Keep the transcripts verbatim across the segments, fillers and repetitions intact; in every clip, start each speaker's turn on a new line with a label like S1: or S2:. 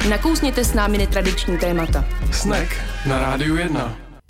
S1: Nakousněte s námi netradiční témata.
S2: Snack na Rádiu jedna.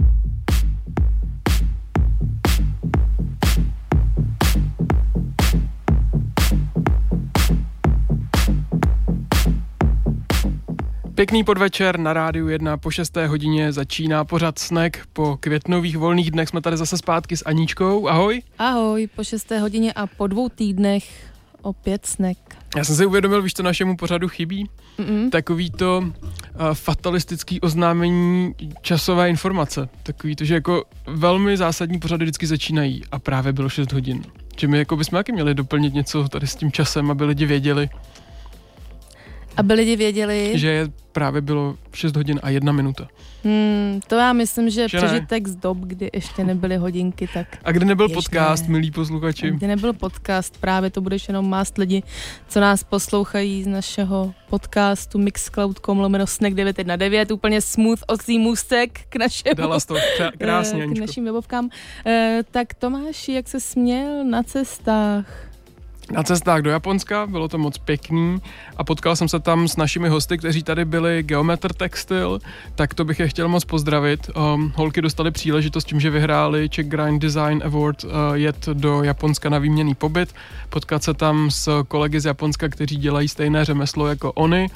S2: Pěkný podvečer na Rádiu jedna, po šesté hodině začíná pořad Snack. Po květnových volných dnech jsme tady zase zpátky s Aníčkou. Ahoj.
S3: Ahoj, po šesté hodině a po dvou týdnech opět Snack.
S2: Já jsem si uvědomil, víš, to našemu pořadu chybí? Mm-mm. Takový to uh, fatalistický oznámení časové informace. Takový to, že jako velmi zásadní pořady vždycky začínají a právě bylo šest hodin. Že my jako bychom taky měli doplnit něco tady s tím časem, aby lidi věděli.
S3: Aby lidi věděli,
S2: že je právě bylo šest hodin a jedna minuta.
S3: Hmm, to já myslím, že,
S2: že
S3: přežitek z dob, kdy ještě nebyly hodinky, tak...
S2: A kdy nebyl podcast, ne. Milí posluchači?
S3: Kdy nebyl podcast, právě to budeš jenom mást lidi, co nás poslouchají z našeho podcastu mixcloud tečka com lomeno snack devět jedna devět, úplně smooth oslý můstek k našemu...
S2: Dala to krásně,
S3: K našim webovkám. E, tak Tomáši, jak se směl na cestách?
S2: Na cestách do Japonska, bylo to moc pěkný a potkal jsem se tam s našimi hosty, kteří tady byli, Geometr Textile, tak to bych je chtěl moc pozdravit. Um, holky dostali příležitost tím, že vyhráli Czech Grind Design Award, uh, jet do Japonska na výměnný pobyt, potkat se tam s kolegy z Japonska, kteří dělají stejné řemeslo jako oni.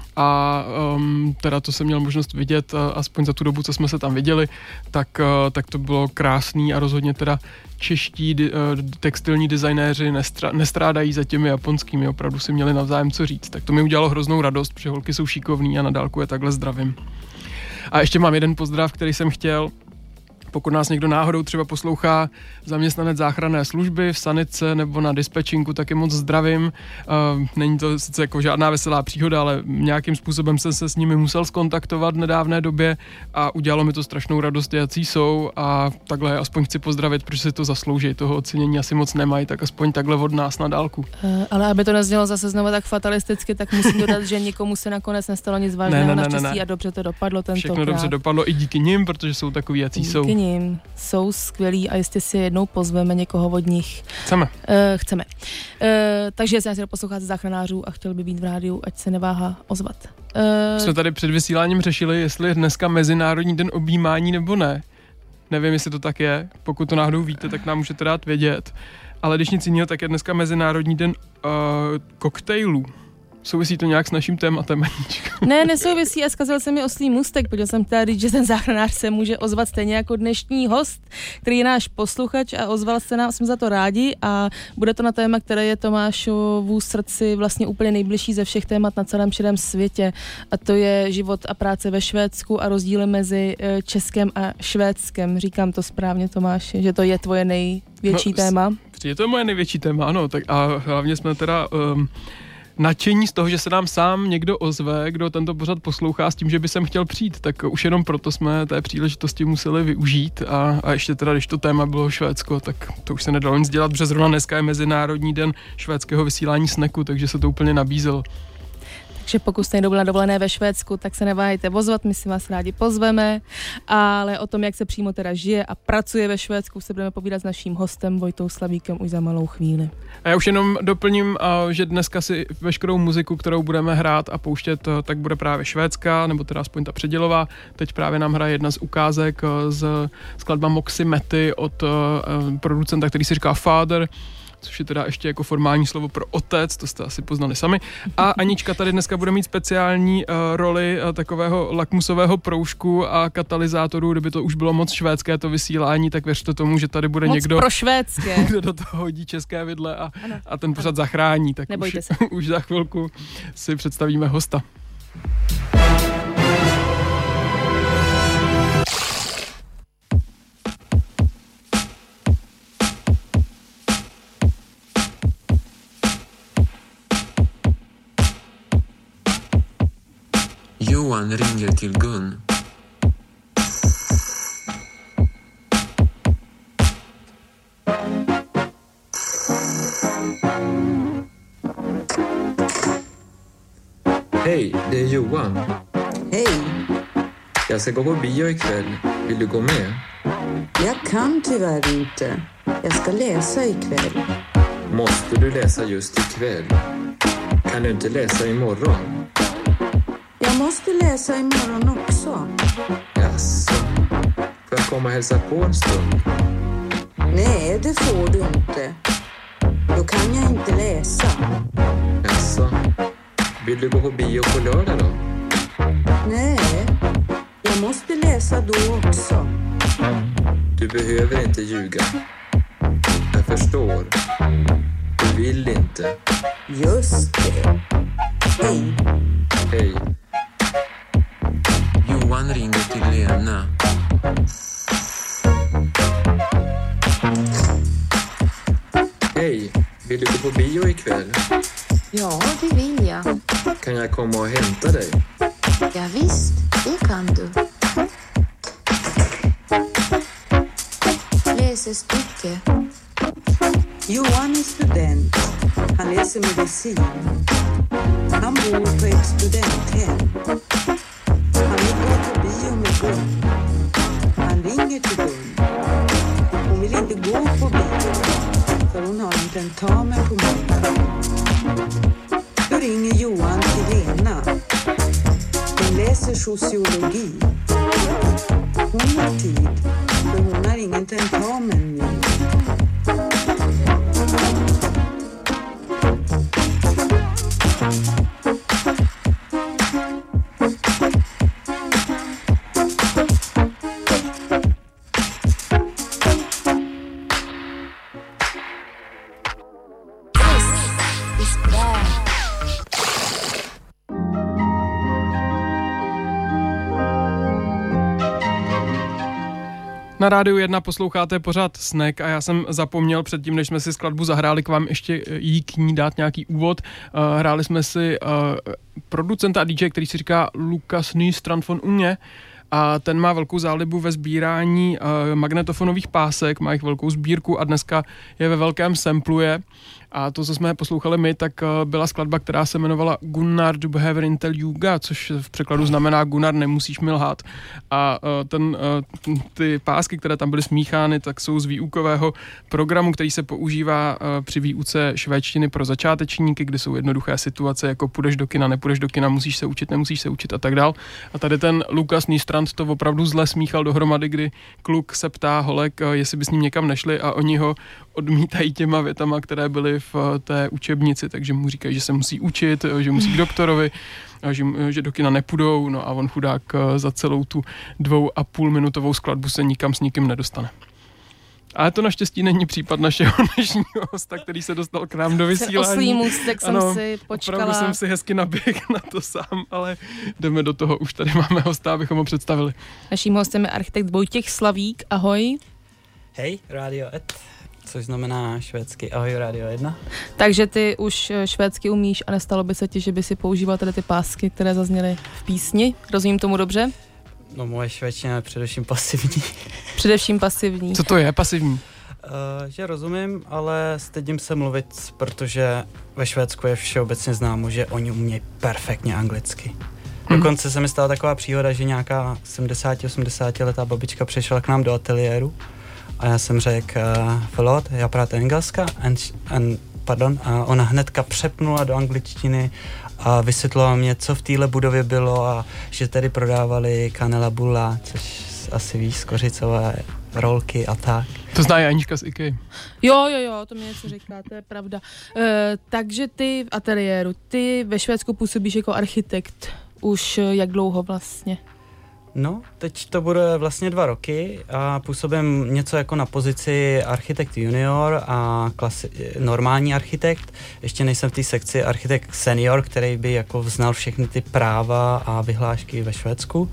S2: A um, teda to jsem měl možnost vidět, uh, aspoň za tu dobu, co jsme se tam viděli, tak, uh, tak to bylo krásný a rozhodně teda čeští di, uh, textilní designéři nestra, nestrádají za těmi japonskými, opravdu si měli navzájem co říct. Tak to mi udělalo hroznou radost, protože holky jsou šikovný a na dálku je takhle zdravím. A ještě mám jeden pozdrav, který jsem chtěl. Pokud nás někdo náhodou třeba poslouchá zaměstnanec záchranné služby v sanice nebo na dispečinku, tak je moc zdravím. Uh, není to sice jako žádná veselá příhoda, ale nějakým způsobem jsem se s nimi musel skontaktovat v nedávné době a udělalo mi to strašnou radost, jací jsou a takhle aspoň chci pozdravit, protože si to zaslouží, toho ocenění asi moc nemají, tak aspoň takhle od nás na dálku.
S3: Uh, ale aby to neznělo zase znovu tak fatalisticky, tak musím dodat, že nikomu se nakonec nestalo nic vážného,
S2: ne, ne,
S3: naštěstí
S2: ne, ne.
S3: a dobře to dopadlo tentokrát.
S2: Všechno dobře dopadlo i díky nim, protože jsou takový, jací jsou.
S3: Ním. Jsou skvělí a jistě si jednou pozveme někoho od nich.
S2: Chceme.
S3: Uh, chceme. Uh, takže jestli nás posloucháte záchranářů a chtěl by být v rádiu, ať se neváhá ozvat. Uh,
S2: Jsme tady před vysíláním řešili, jestli je dneska Mezinárodní den objímání nebo ne. Nevím, jestli to tak je. Pokud to náhodou víte, tak nám můžete dát vědět. Ale když nic jiného, tak je dneska Mezinárodní den uh, koktejlů. Souvisí to nějak s naším tématem, Aníčko?
S3: Ne, nesouvisí a zkazil se mi oslý můstek, protože jsem chtěla říct, že ten záchranář se může ozvat stejně jako dnešní host, který je náš posluchač a ozval se nám, jsme za to rádi a bude to na téma, které je Tomášovu srdci vlastně úplně nejbližší ze všech témat na celém širém světě a to je život a práce ve Švédsku a rozdíly mezi Českem a Švédskem. Říkám to správně, Tomáši, že to je tvoje největší no, téma?
S2: Je to moje největší téma, ano, tak a hlavně jsme teda... Um, nadšení z toho, že se nám sám někdo ozve, kdo tento pořad poslouchá s tím, že by sem chtěl přijít, tak už jenom proto jsme té příležitosti museli využít a, a ještě teda, když to téma bylo Švédsko, tak to už se nedalo nic dělat, protože zrovna dneska je Mezinárodní den švédského vysílání Snacku, takže se to úplně nabízelo.
S3: Takže pokud jste někdo byl na dovolené ve Švédsku, tak se neváhejte ozvat, my si vás rádi pozveme, ale o tom, jak se přímo teda žije a pracuje ve Švédsku, se budeme povídat s naším hostem Vojtou Slavíkem už za malou chvíli.
S2: A já už jenom doplním, že dneska si veškerou muziku, kterou budeme hrát a pouštět, tak bude právě švédská, nebo teda aspoň ta předělová. Teď právě nám hraje jedna z ukázek z skladba Moxie Mety od producenta, který si říká Father, což je teda ještě jako formální slovo pro otec, to jste asi poznali sami. A Anička tady dneska bude mít speciální uh, roli uh, takového lakmusového proužku a katalyzátoru, kdyby to už bylo moc švédské to vysílání, tak věřte tomu, že tady bude
S3: moc
S2: někdo,
S3: pro švédské.
S2: kdo do toho hodí české vidle a, a ten pořad zachrání. Tak
S3: Nebojte
S2: už,
S3: se.
S2: už za chvilku si představíme hosta.
S4: Johan ringer till Gun. Hej, det är Johan.
S5: Hej.
S4: Jag ska gå på bio ikväll. Vill du gå med?
S5: Jag kan tyvärr inte. Jag ska läsa ikväll.
S4: Måste du läsa just ikväll? Kan du inte läsa imorgon?
S5: Jag Jag måste läsa imorgon också.
S4: Jaså, får jag komma och hälsa på en stund?
S5: Nej, det får du inte. Då kan jag inte läsa.
S4: Jaså, vill du gå på bio på lördag då?
S5: Nej, jag måste läsa då också.
S4: Du behöver inte ljuga. Jag förstår. Du vill inte.
S5: Just det. Hej.
S4: Hej.
S6: Johan ringer till Lena.
S4: Hej, vill du gå på bio ikväll?
S7: Ja, det vill jag.
S4: Kan jag komma och hämta dig?
S7: Ja, visst, det kan du. Läs ett stycke.
S5: Johan är student. Han läser medicin. Han bor på ett studenthem. Han vill gå på bio med Gun. Han ringer till Gun. Hon vill inte gå på bio för hon har en tentamen på måndag. Då ringer Johan till Lena. Hon läser sociologi. Hon har tid för hon har ingen tentamen nu.
S2: Na Rádiu jedna posloucháte pořád Snack a já jsem zapomněl předtím, než jsme si skladbu zahráli, k vám ještě jí k ní dát nějaký úvod. Uh, hráli jsme si uh, producenta a dý džej, který si říká Lukas Nystrand von Unge, a ten má velkou zálibu ve sbírání uh, magnetofonových pásek, má jich velkou sbírku a dneska je ve velkém sampluje. A to, co jsme poslouchali my, tak uh, byla skladba, která se jmenovala Gunnar du behöver inte ljuga, což v překladu znamená Gunnar, nemusíš mi lhát. A uh, ten, uh, ty pásky, které tam byly smíchány, tak jsou z výukového programu, který se používá uh, při výuce švédštiny pro začátečníky, kde jsou jednoduché situace, jako půjdeš do kina, nepůjdeš do kina, musíš se učit, nemusíš se učit a tak dál. A tady ten Lukas Nystrand to opravdu zle smíchal dohromady, kdy kluk se ptá holek, uh, jestli by s ním někam nešli, a oni ho odmítají těma větama, které byly v té učebnici, takže mu říkají, že se musí učit, že musí k doktorovi, že, že do kina nepůjdou, no a on chudák za celou tu dvou a půl minutovou skladbu se nikam s nikým nedostane. Ale to naštěstí není případ našeho dnešního hosta, který se dostal k nám do vysílání.
S3: Oslý můstek jsem
S2: ano,
S3: si počkala.
S2: Opravdu jsem si hezky naběhl na to sám, ale jdeme do toho, už tady máme hosta, abychom ho představili.
S3: Naším hostem je architekt Vojtěch Slavík, ahoj.
S8: Hej, Radio Ed, což znamená švédsky ahoj Radio jedna.
S3: Takže ty už švédsky umíš a nestalo by se ti, že by si používal tady ty pásky, které zazněly v písni? Rozumím tomu dobře?
S8: No moje švédština je především pasivní.
S3: Především pasivní.
S2: Co to je pasivní?
S8: Uh, že rozumím, ale stydím se mluvit, protože ve Švédsku je všeobecně známo, že oni umějí perfektně anglicky. Hmm. Dokonce se mi stala taková příhoda, že nějaká sedmdesát osmdesát letá babička přišla k nám do ateliéru a já jsem řekl, uh, förlåt, já pratar engelska, and, and, pardon, a ona hnedka přepnula do angličtiny a vysvětlila mě, co v téhle budově bylo a že tady prodávali Canela Bulla, což asi víš, skořicové rolky a tak.
S2: To zná Anička z IKEA.
S3: Jo, jo, jo, to mi něco říká, to je pravda. E, takže ty v ateliéru, ty ve Švédsku působíš jako architekt. Už jak dlouho vlastně?
S8: No, teď to bude vlastně dva roky a působím něco jako na pozici architekt junior a klasi- normální architekt. Ještě nejsem v té sekci architekt senior, který by jako znal všechny ty práva a vyhlášky ve Švédsku.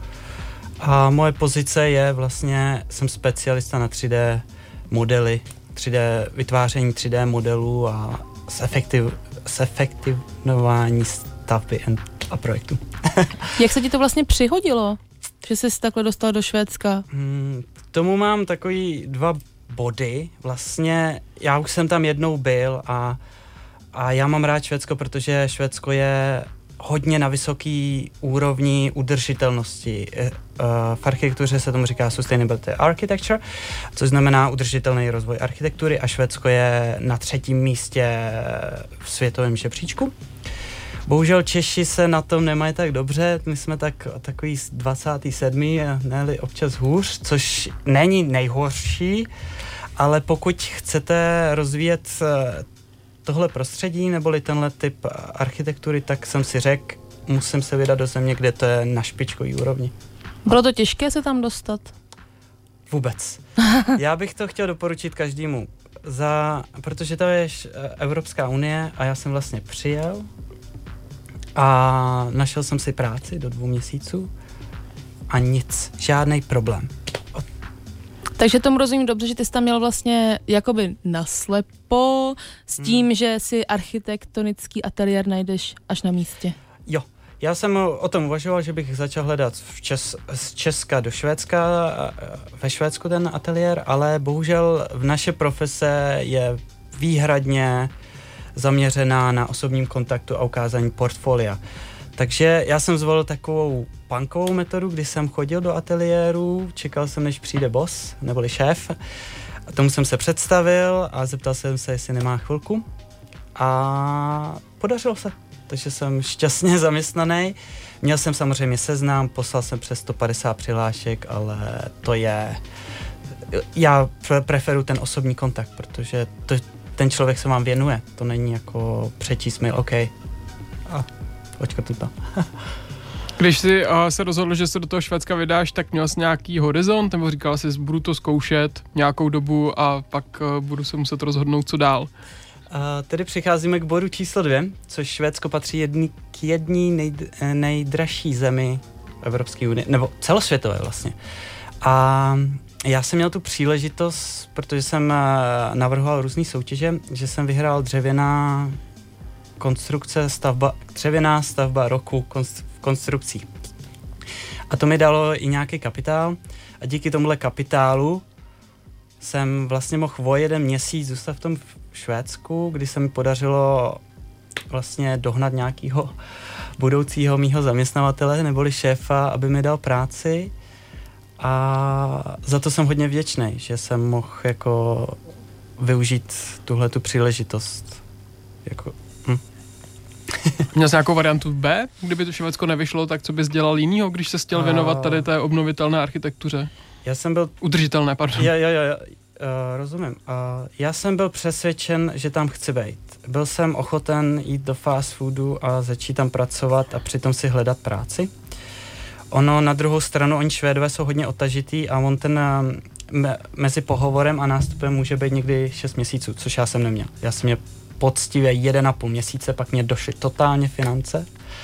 S8: A moje pozice je vlastně, jsem specialista na tři dé modely, tři dé vytváření tři dé modelů a zefektiv, zefektivnování stavby a projektu.
S3: Jak se ti to vlastně přihodilo, že jsi takhle dostal do Švédska?
S8: Hmm, k tomu mám takový dva body. Vlastně já už jsem tam jednou byl a, a já mám rád Švédsko, protože Švédsko je hodně na vysoký úrovni udržitelnosti. V architektuře se tomu říká Sustainability Architecture, což znamená udržitelný rozvoj architektury a Švédsko je na třetím místě v světovém žebříčku. Bohužel Češi se na tom nemají tak dobře, my jsme tak takový dvacátý sedmý a ne občas hůř, což není nejhorší, ale pokud chcete rozvíjet tohle prostředí neboli tenhle typ architektury, tak jsem si řekl, musím se vydat do země, kde to je na špičkový úrovni.
S3: Bylo to těžké se tam dostat?
S8: Vůbec. Já bych to chtěl doporučit každému, za, protože to je Evropská unie a já jsem vlastně přijel a našel jsem si práci do dvou měsíců a nic, žádný problém.
S3: Takže tomu rozumím dobře, že ty jsi tam měl vlastně jakoby naslepo s tím, hmm. že si architektonický ateliér najdeš až na místě.
S8: Jo, já jsem o tom uvažoval, že bych začal hledat v Čes, z Česka do Švédska, ve Švédsku ten ateliér, ale bohužel v naše profese je výhradně zaměřená na osobním kontaktu a ukázání portfolia. Takže já jsem zvolil takovou punkovou metodu, kdy jsem chodil do ateliéru, čekal jsem, než přijde boss, neboli šéf. A tomu jsem se představil a zeptal jsem se, jestli nemá chvilku. A podařilo se, takže jsem šťastně zaměstnaný. Měl jsem samozřejmě seznam, poslal jsem přes sto padesát přihlášek, ale to je... Já preferuji ten osobní kontakt, protože to, ten člověk se vám věnuje. To není jako přečíst mail, OK. A očkrtnu to.
S2: Když jsi uh, se rozhodl, že se do toho Švédska vydáš, tak měl jsi nějaký horizont, nebo říkal jsi, budu to zkoušet nějakou dobu a pak uh, budu se muset rozhodnout, co dál?
S8: Uh, tedy přicházíme k bodu číslo dvě, což Švédsko patří jedný, k jední nej, nejdražší zemi Evropské unie, nebo celosvětové vlastně. A já jsem měl tu příležitost, protože jsem uh, navrhoval různý soutěže, že jsem vyhrál dřevěná konstrukce, stavba, dřevěná stavba roku konst, konstrukcí. A to mi dalo i nějaký kapitál a díky tomuhle kapitálu jsem vlastně mohl o jeden měsíc zůstat v tom Švédsku, kdy se mi podařilo vlastně dohnat nějakého budoucího mýho zaměstnavatele neboli šéfa, aby mi dal práci a za to jsem hodně vděčný, že jsem mohl jako využít tuhletu příležitost. Jako, hm.
S2: Měl jsi nějakou variantu B? Kdyby to Švédsko nevyšlo, tak co bys dělal jinýho, když se chtěl věnovat tady té obnovitelné architektuře?
S8: Já jsem byl...
S2: Udržitelné, pardon.
S8: Jo, jo, jo, jo. Uh, rozumím. Uh, já jsem byl přesvědčen, že tam chci být. Byl jsem ochoten jít do fast foodu a začít tam pracovat a přitom si hledat práci. Ono na druhou stranu, oni Švédové jsou hodně otažitý a on ten me, mezi pohovorem a nástupem může být někdy šest měsíců, což já jsem neměl. Já jsem měl poctivě jeden a půl měsíce, pak mě došly totálně finance.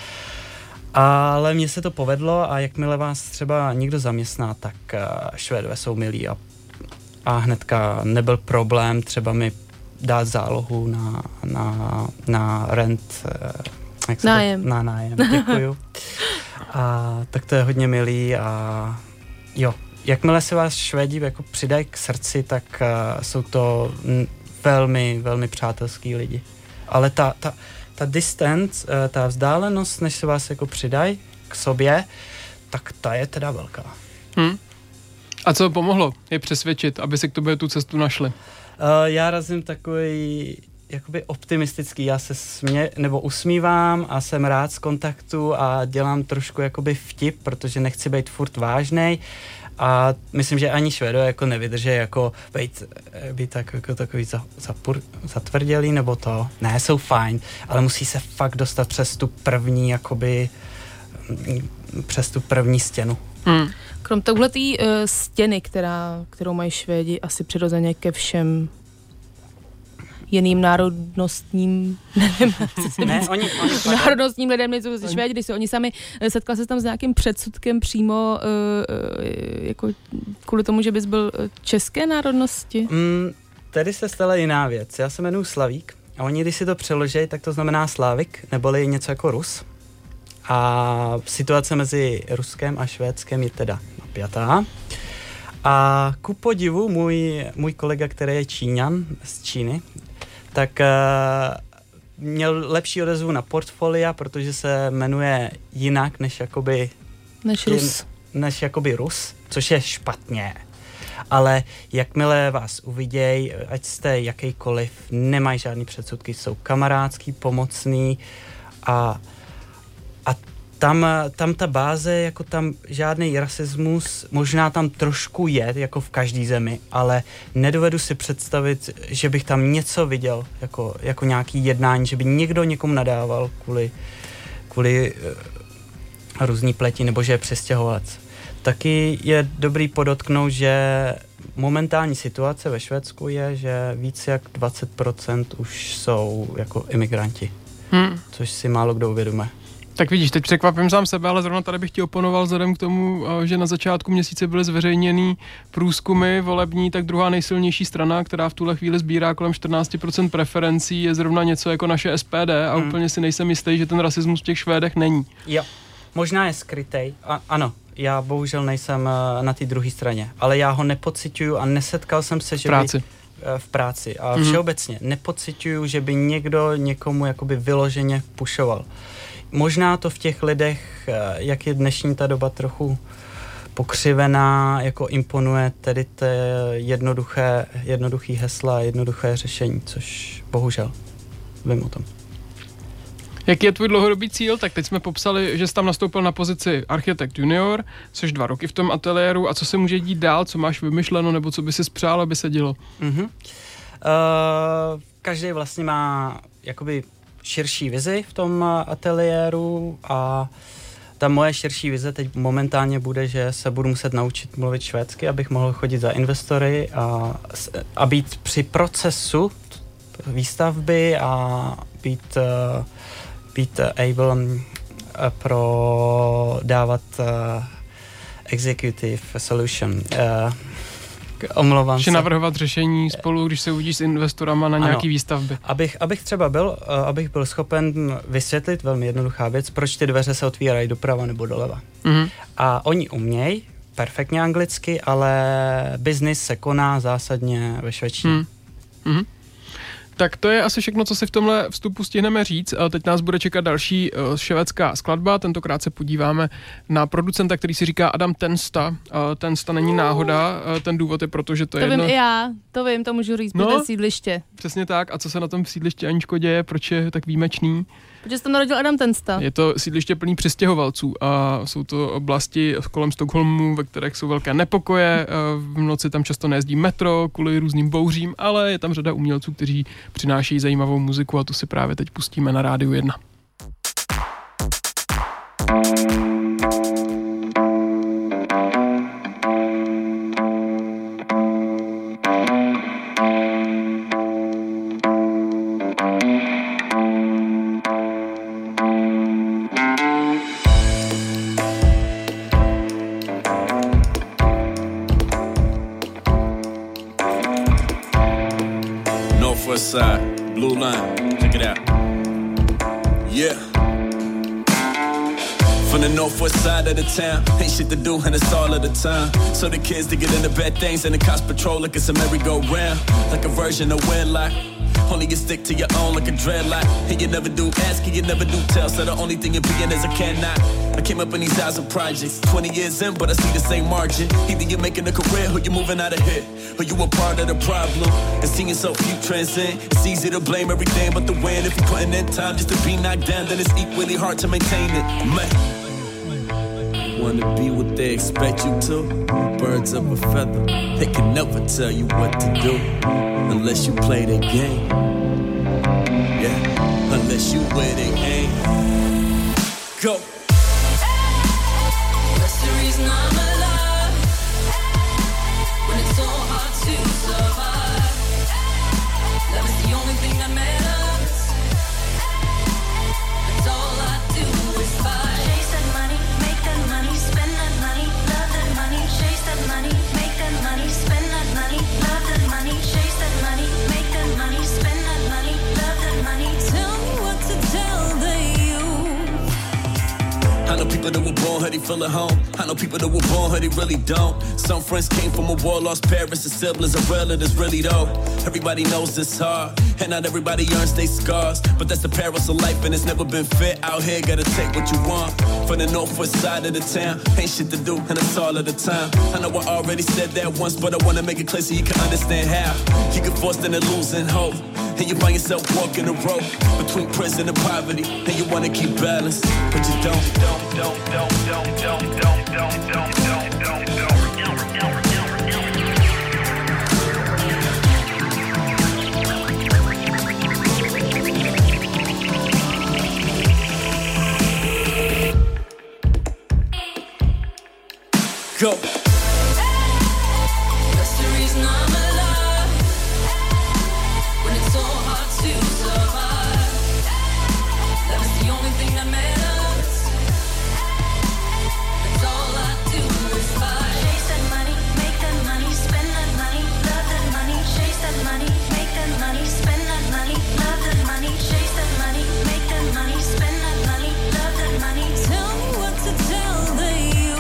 S8: Ale mně se to povedlo a jakmile vás třeba někdo zaměstná, tak Švédové jsou milí a, a hnedka nebyl problém třeba mi dát zálohu na, na, na rent. Jak
S3: nájem.
S8: To, na nájem, děkuju. A tak to je hodně milý a jo, jakmile se vás Švédi jako přidají k srdci, tak uh, jsou to n- velmi, velmi přátelský lidi. Ale ta, ta, ta distance, uh, ta vzdálenost, než se vás jako přidají k sobě, tak ta je teda velká.
S2: Hmm. A co pomohlo je přesvědčit, aby si k tobě tu cestu našli?
S8: Uh, já razím takový jakoby optimistický, já se smě, nebo usmívám a jsem rád z kontaktu a dělám trošku jakoby vtip, protože nechci být furt vážnej a myslím, že ani Švédové jako nevydrží jako být, být tak, jako takový za, zapur, zatvrdělý nebo to, ne, jsou fajn, ale musí se fakt dostat přes tu první jakoby přes tu první stěnu.
S3: Hmm. Krom touhletý uh, stěny, která, kterou mají Švédi asi přirozeně ke všem jiným národnostním, nevím,
S8: ne, oni, oni
S3: národnostním lidem nejsou ze Švédi, když se oni sami, setkal se tam s nějakým předsudkem přímo uh, jako kvůli tomu, že bys byl české národnosti?
S8: Mm, tady se stala jiná věc. Já se jmenuji Slavík a oni, když si to přeloží, tak to znamená Slávik, neboli něco jako Rus. A situace mezi Ruskem a Švédskem je teda napjatá. A ku podivu můj, můj kolega, který je Číňan z Číny, tak uh, měl lepší odezvu na portfolia, protože se jmenuje jinak než jakoby...
S3: Než Rus.
S8: Než jakoby Rus, což je špatně. Ale jakmile vás uviděj, ať jste jakýkoliv, nemají žádný předsudky, jsou kamarádský, pomocný a A tam, tam ta báze, jako tam žádný rasismus, možná tam trošku je, jako v každý zemi, ale nedovedu si představit, že bych tam něco viděl, jako, jako nějaký jednání, že by někdo někomu nadával kvůli, kvůli uh, různý pleti, nebo že je přistěhovalec. Taky je dobrý podotknout, že momentální situace ve Švédsku je, že víc jak dvacet procent už jsou jako imigranti, hmm. což si málo kdo uvědomuje.
S2: Tak vidíš, teď překvapím sám sebe, ale zrovna tady bych ti oponoval vzhledem k tomu, že na začátku měsíce byly zveřejněný průzkumy volební, tak druhá nejsilnější strana, která v tuhle chvíli sbírá kolem čtrnáct procent preferencí, je zrovna něco jako naše S P D a hmm. úplně si nejsem jistý, že ten rasismus v těch Švédech není.
S8: Jo, možná je skrytej, a, ano. Já bohužel nejsem na té druhé straně, ale já ho nepociťuju a nesetkal jsem se, že
S2: práci.
S8: by v práci a všeobecně mm. nepociťuju, že by někdo někomu jakoby vyloženě pušoval. Možná to v těch lidech, jak je dnešní ta doba trochu pokřivená, jako imponuje tedy ty jednoduché, jednoduchý hesla, jednoduché řešení, což bohužel vím o tom.
S2: Jaký je tvůj dlouhodobý cíl? Tak teď jsme popsali, že jsi tam nastoupil na pozici architekt junior, jsi dva roky v tom ateliéru a co se může dít dál, co máš vymyšleno nebo co by si spřál, aby se dělo?
S8: Mm-hmm. Uh, každý vlastně má jakoby širší vizi v tom ateliéru a ta moje širší vize teď momentálně bude, že se budu muset naučit mluvit švédsky, abych mohl chodit za investory a, a být při procesu výstavby a být uh, být able pro dávat uh, executive solution. Uh, omlouvám se.
S2: Navrhovat řešení spolu, když se uvidíš s investorama na nějaký ano, výstavby.
S8: Abych, abych třeba byl, uh, abych byl schopen vysvětlit velmi jednoduchá věc, proč ty dveře se otvírají doprava nebo doleva. Mm-hmm. A oni umějí perfektně anglicky, ale biznis se koná zásadně ve švédštině. Mm.
S2: Mm-hmm. Tak to je asi všechno, co si v tomhle vstupu stihneme říct. Teď nás bude čekat další švédská skladba. Tentokrát se podíváme na producenta, který si říká Adam Tensta. Tensta není náhoda. Ten důvod je proto, že to,
S3: to
S2: je jedno...
S3: To vím i já, to vím, to můžu říct, no, sídliště.
S2: Přesně tak. A co se na tom sídliště, Aničko, děje? Proč je tak výjimečný?
S3: Protože se tam narodil Adam Tensta.
S2: Je to sídliště plný přistěhovalců a jsou to oblasti kolem Stockholmu, ve kterých jsou velké nepokoje. V noci tam často nejezdí metro kvůli různým bouřím, ale je tam řada umělců, kteří přinášejí zajímavou muziku a tu si právě teď pustíme na Rádiu jedna.
S9: Side, blue line, check it out. Yeah. From the northwest side of the town, ain't shit to do and it's all of the time. So the kids they get into bad things and the cops patrol like it's a merry-go-round, like a version of wedlock. Only you stick to your own like a dreadlock. And you never do ask and you never do tell. So the only thing you're being is I cannot. I came up in these thousand projects, twenty years in, but I see the same margin. Either you're making a career or you're moving out of here, or you a part of the problem. And seeing yourself you transcend. It's easy to blame everything but the win. If you're putting in time just to be knocked down, then it's equally hard to maintain it. Man, wanna be what they expect you to. Birds of a feather, they can never tell you what to do unless you play the game. Yeah, unless you where they aim. Go.
S10: That's the reason I'm alive. When it's so hard to survive, love is the only thing that matters. That's all I do is fight. Chase that money, make that money, spend that money, love that money. Chase that money, make that money, spend that money, love that money. Chase that money, make that money, spend that money, love that money. Tell me what to tell the youth.
S9: I know people that were born here, they feel at home. I know people that were born here, they really don't. Some friends came from a war, lost parents and siblings and relatives, really though. Everybody knows it's hard, and not everybody earns their scars. But that's the perils of life, and it's never been fair out here. Gotta take what you want from the northwest side of the town. Ain't shit to do, and it's all of the time. I know I already said that once, but I wanna make it clear so you can understand how you get forced into losing hope. and you find yourself walking the road between prison and poverty, and you wanna keep balance, but you don't. Don't, don't, don't, don't, don't, don't, don't, don't, don't, don't, don't. Go.
S10: That's the reason I'm alive. When it's so hard to survive, that is the only thing that matters. That's all I do is fight. Chase that money, make that money, spend that money, love that money. Chase that money, make that money, spend that money, love that money. Chase that money, make that money, spend that money, love that money. Tell me what to tell the youth.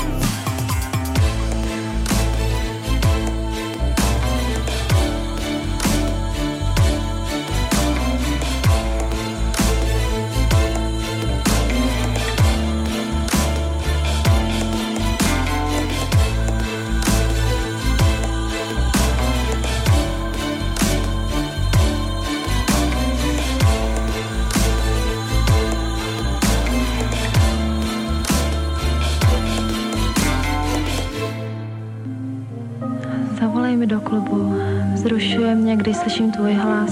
S11: Zavolej mi do klubu. Vzrušuje mě, když slyším tvůj hlas.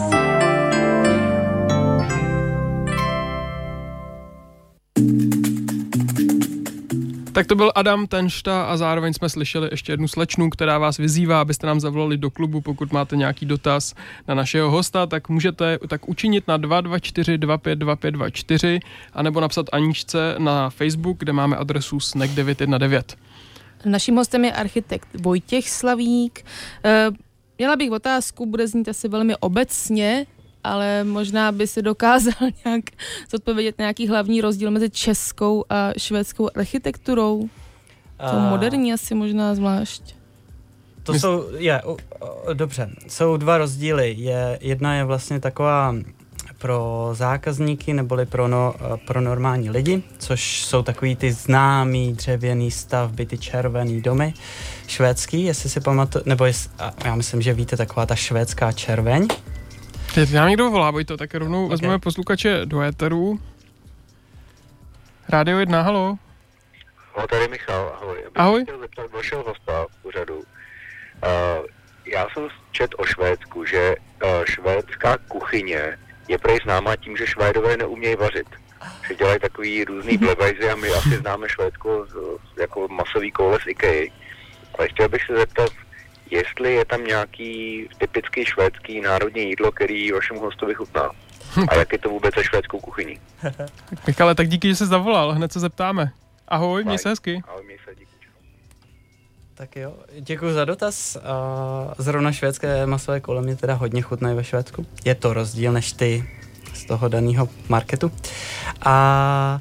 S2: Tak to byl Adam Tenšta a zároveň jsme slyšeli ještě jednu slečnu, která vás vyzývá, abyste nám zavolali do klubu, pokud máte nějaký dotaz na našeho hosta, tak můžete tak učinit na dva dva čtyři dva pět dva pět dva čtyři anebo napsat Aničce na Facebook, kde máme adresu snack devět jedna devět.
S3: Naším hostem je architekt Vojtěch Slavík. Měla bych otázku, bude znít asi velmi obecně, ale možná by si dokázal nějak zodpovědět nějaký hlavní rozdíl mezi českou a švédskou architekturou. To
S8: Uh,
S3: moderní asi možná zvlášť.
S8: To jsou, je, o, o, dobře, jsou dva rozdíly. Je, jedna je vlastně taková pro zákazníky neboli pro, no, pro normální lidi, což jsou takový ty známý dřevěný stavby, ty červený domy švédský, jestli si pamatuju, nebo jest, já myslím, že víte, taková ta švédská červeň.
S2: Teď nám někdo volá, Vojto, tak rovnou okay. Vezmeme posluchače do éteru. Rádio jedna, halo.
S12: No, tady Michal, ahoj. Já bych
S2: ahoj.
S12: chtěl zeptat vašeho hosta v pořadu. Uh, já jsem čet o Švédsku, že uh, švédská kuchyně je prej známá tím, že Švédové neumějí vařit. Že dělají takový různý blevajzy a my asi známe Švédsko jako masový koule z Ikei. Ale chtěl bych se zeptat, jestli je tam nějaký typický švédský národní jídlo, který vašemu hostovi chutná. A jak je to vůbec se švédskou kuchyní?
S2: Michale, tak díky, že jsi zavolal, hned se zeptáme. Ahoj, měj se hezky.
S12: Ahoj, měj se, díky.
S8: Tak jo, děkuji za dotaz. Zrovna švédské masové koule mě teda hodně chutnají ve Švédsku. Je to rozdíl než ty z toho daného marketu. A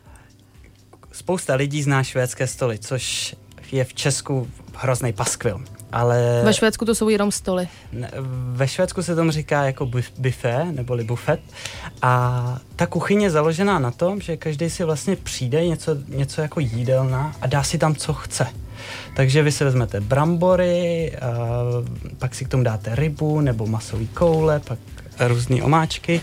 S8: spousta lidí zná švédské stoly, což je v Česku hrozný paskvil. Ale
S3: ve Švédsku to jsou jenom stoly.
S8: Ne, ve Švédsku se tomu říká jako buffet, neboli bufet. A ta kuchyně je založená na tom, že každý si vlastně přijde něco, něco jako jídelna a dá si tam, co chce. Takže vy si vezmete brambory, a pak si k tomu dáte rybu nebo masový koule, pak různý omáčky.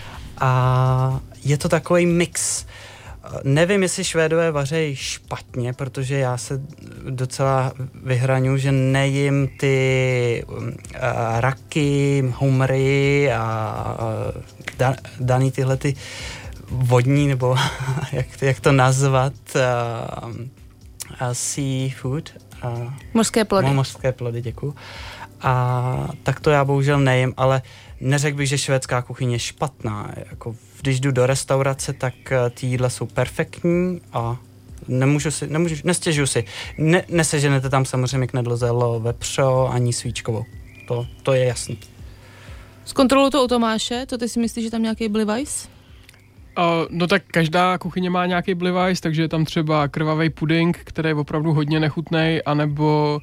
S8: A je to takový mix. Nevím, jestli Švédové vařejí špatně, protože já se docela vyhraňuji, že nejím ty uh, raky, humry a uh, da, daný tyhle ty vodní, nebo jak, jak to nazvat, uh, uh, seafood. Uh,
S3: mořské plody.
S8: No, mořské plody, děkuju. A tak to já bohužel nejím, ale neřekl bych, že švédská kuchyně je špatná. Jako, když jdu do restaurace, tak ty jídla jsou perfektní a nemůžu si, nemůžu, nestěžuji si. Ne, neseženete tam samozřejmě knedlzelo, vepřo ani svíčkovou. To, to je jasný.
S3: Zkontroluji to u Tomáše. Co ty si myslíš, že tam nějaký blivajs?
S2: Uh, no tak každá kuchyně má nějaký blivajs, takže je tam třeba krvavý puding, který je opravdu hodně nechutnej, anebo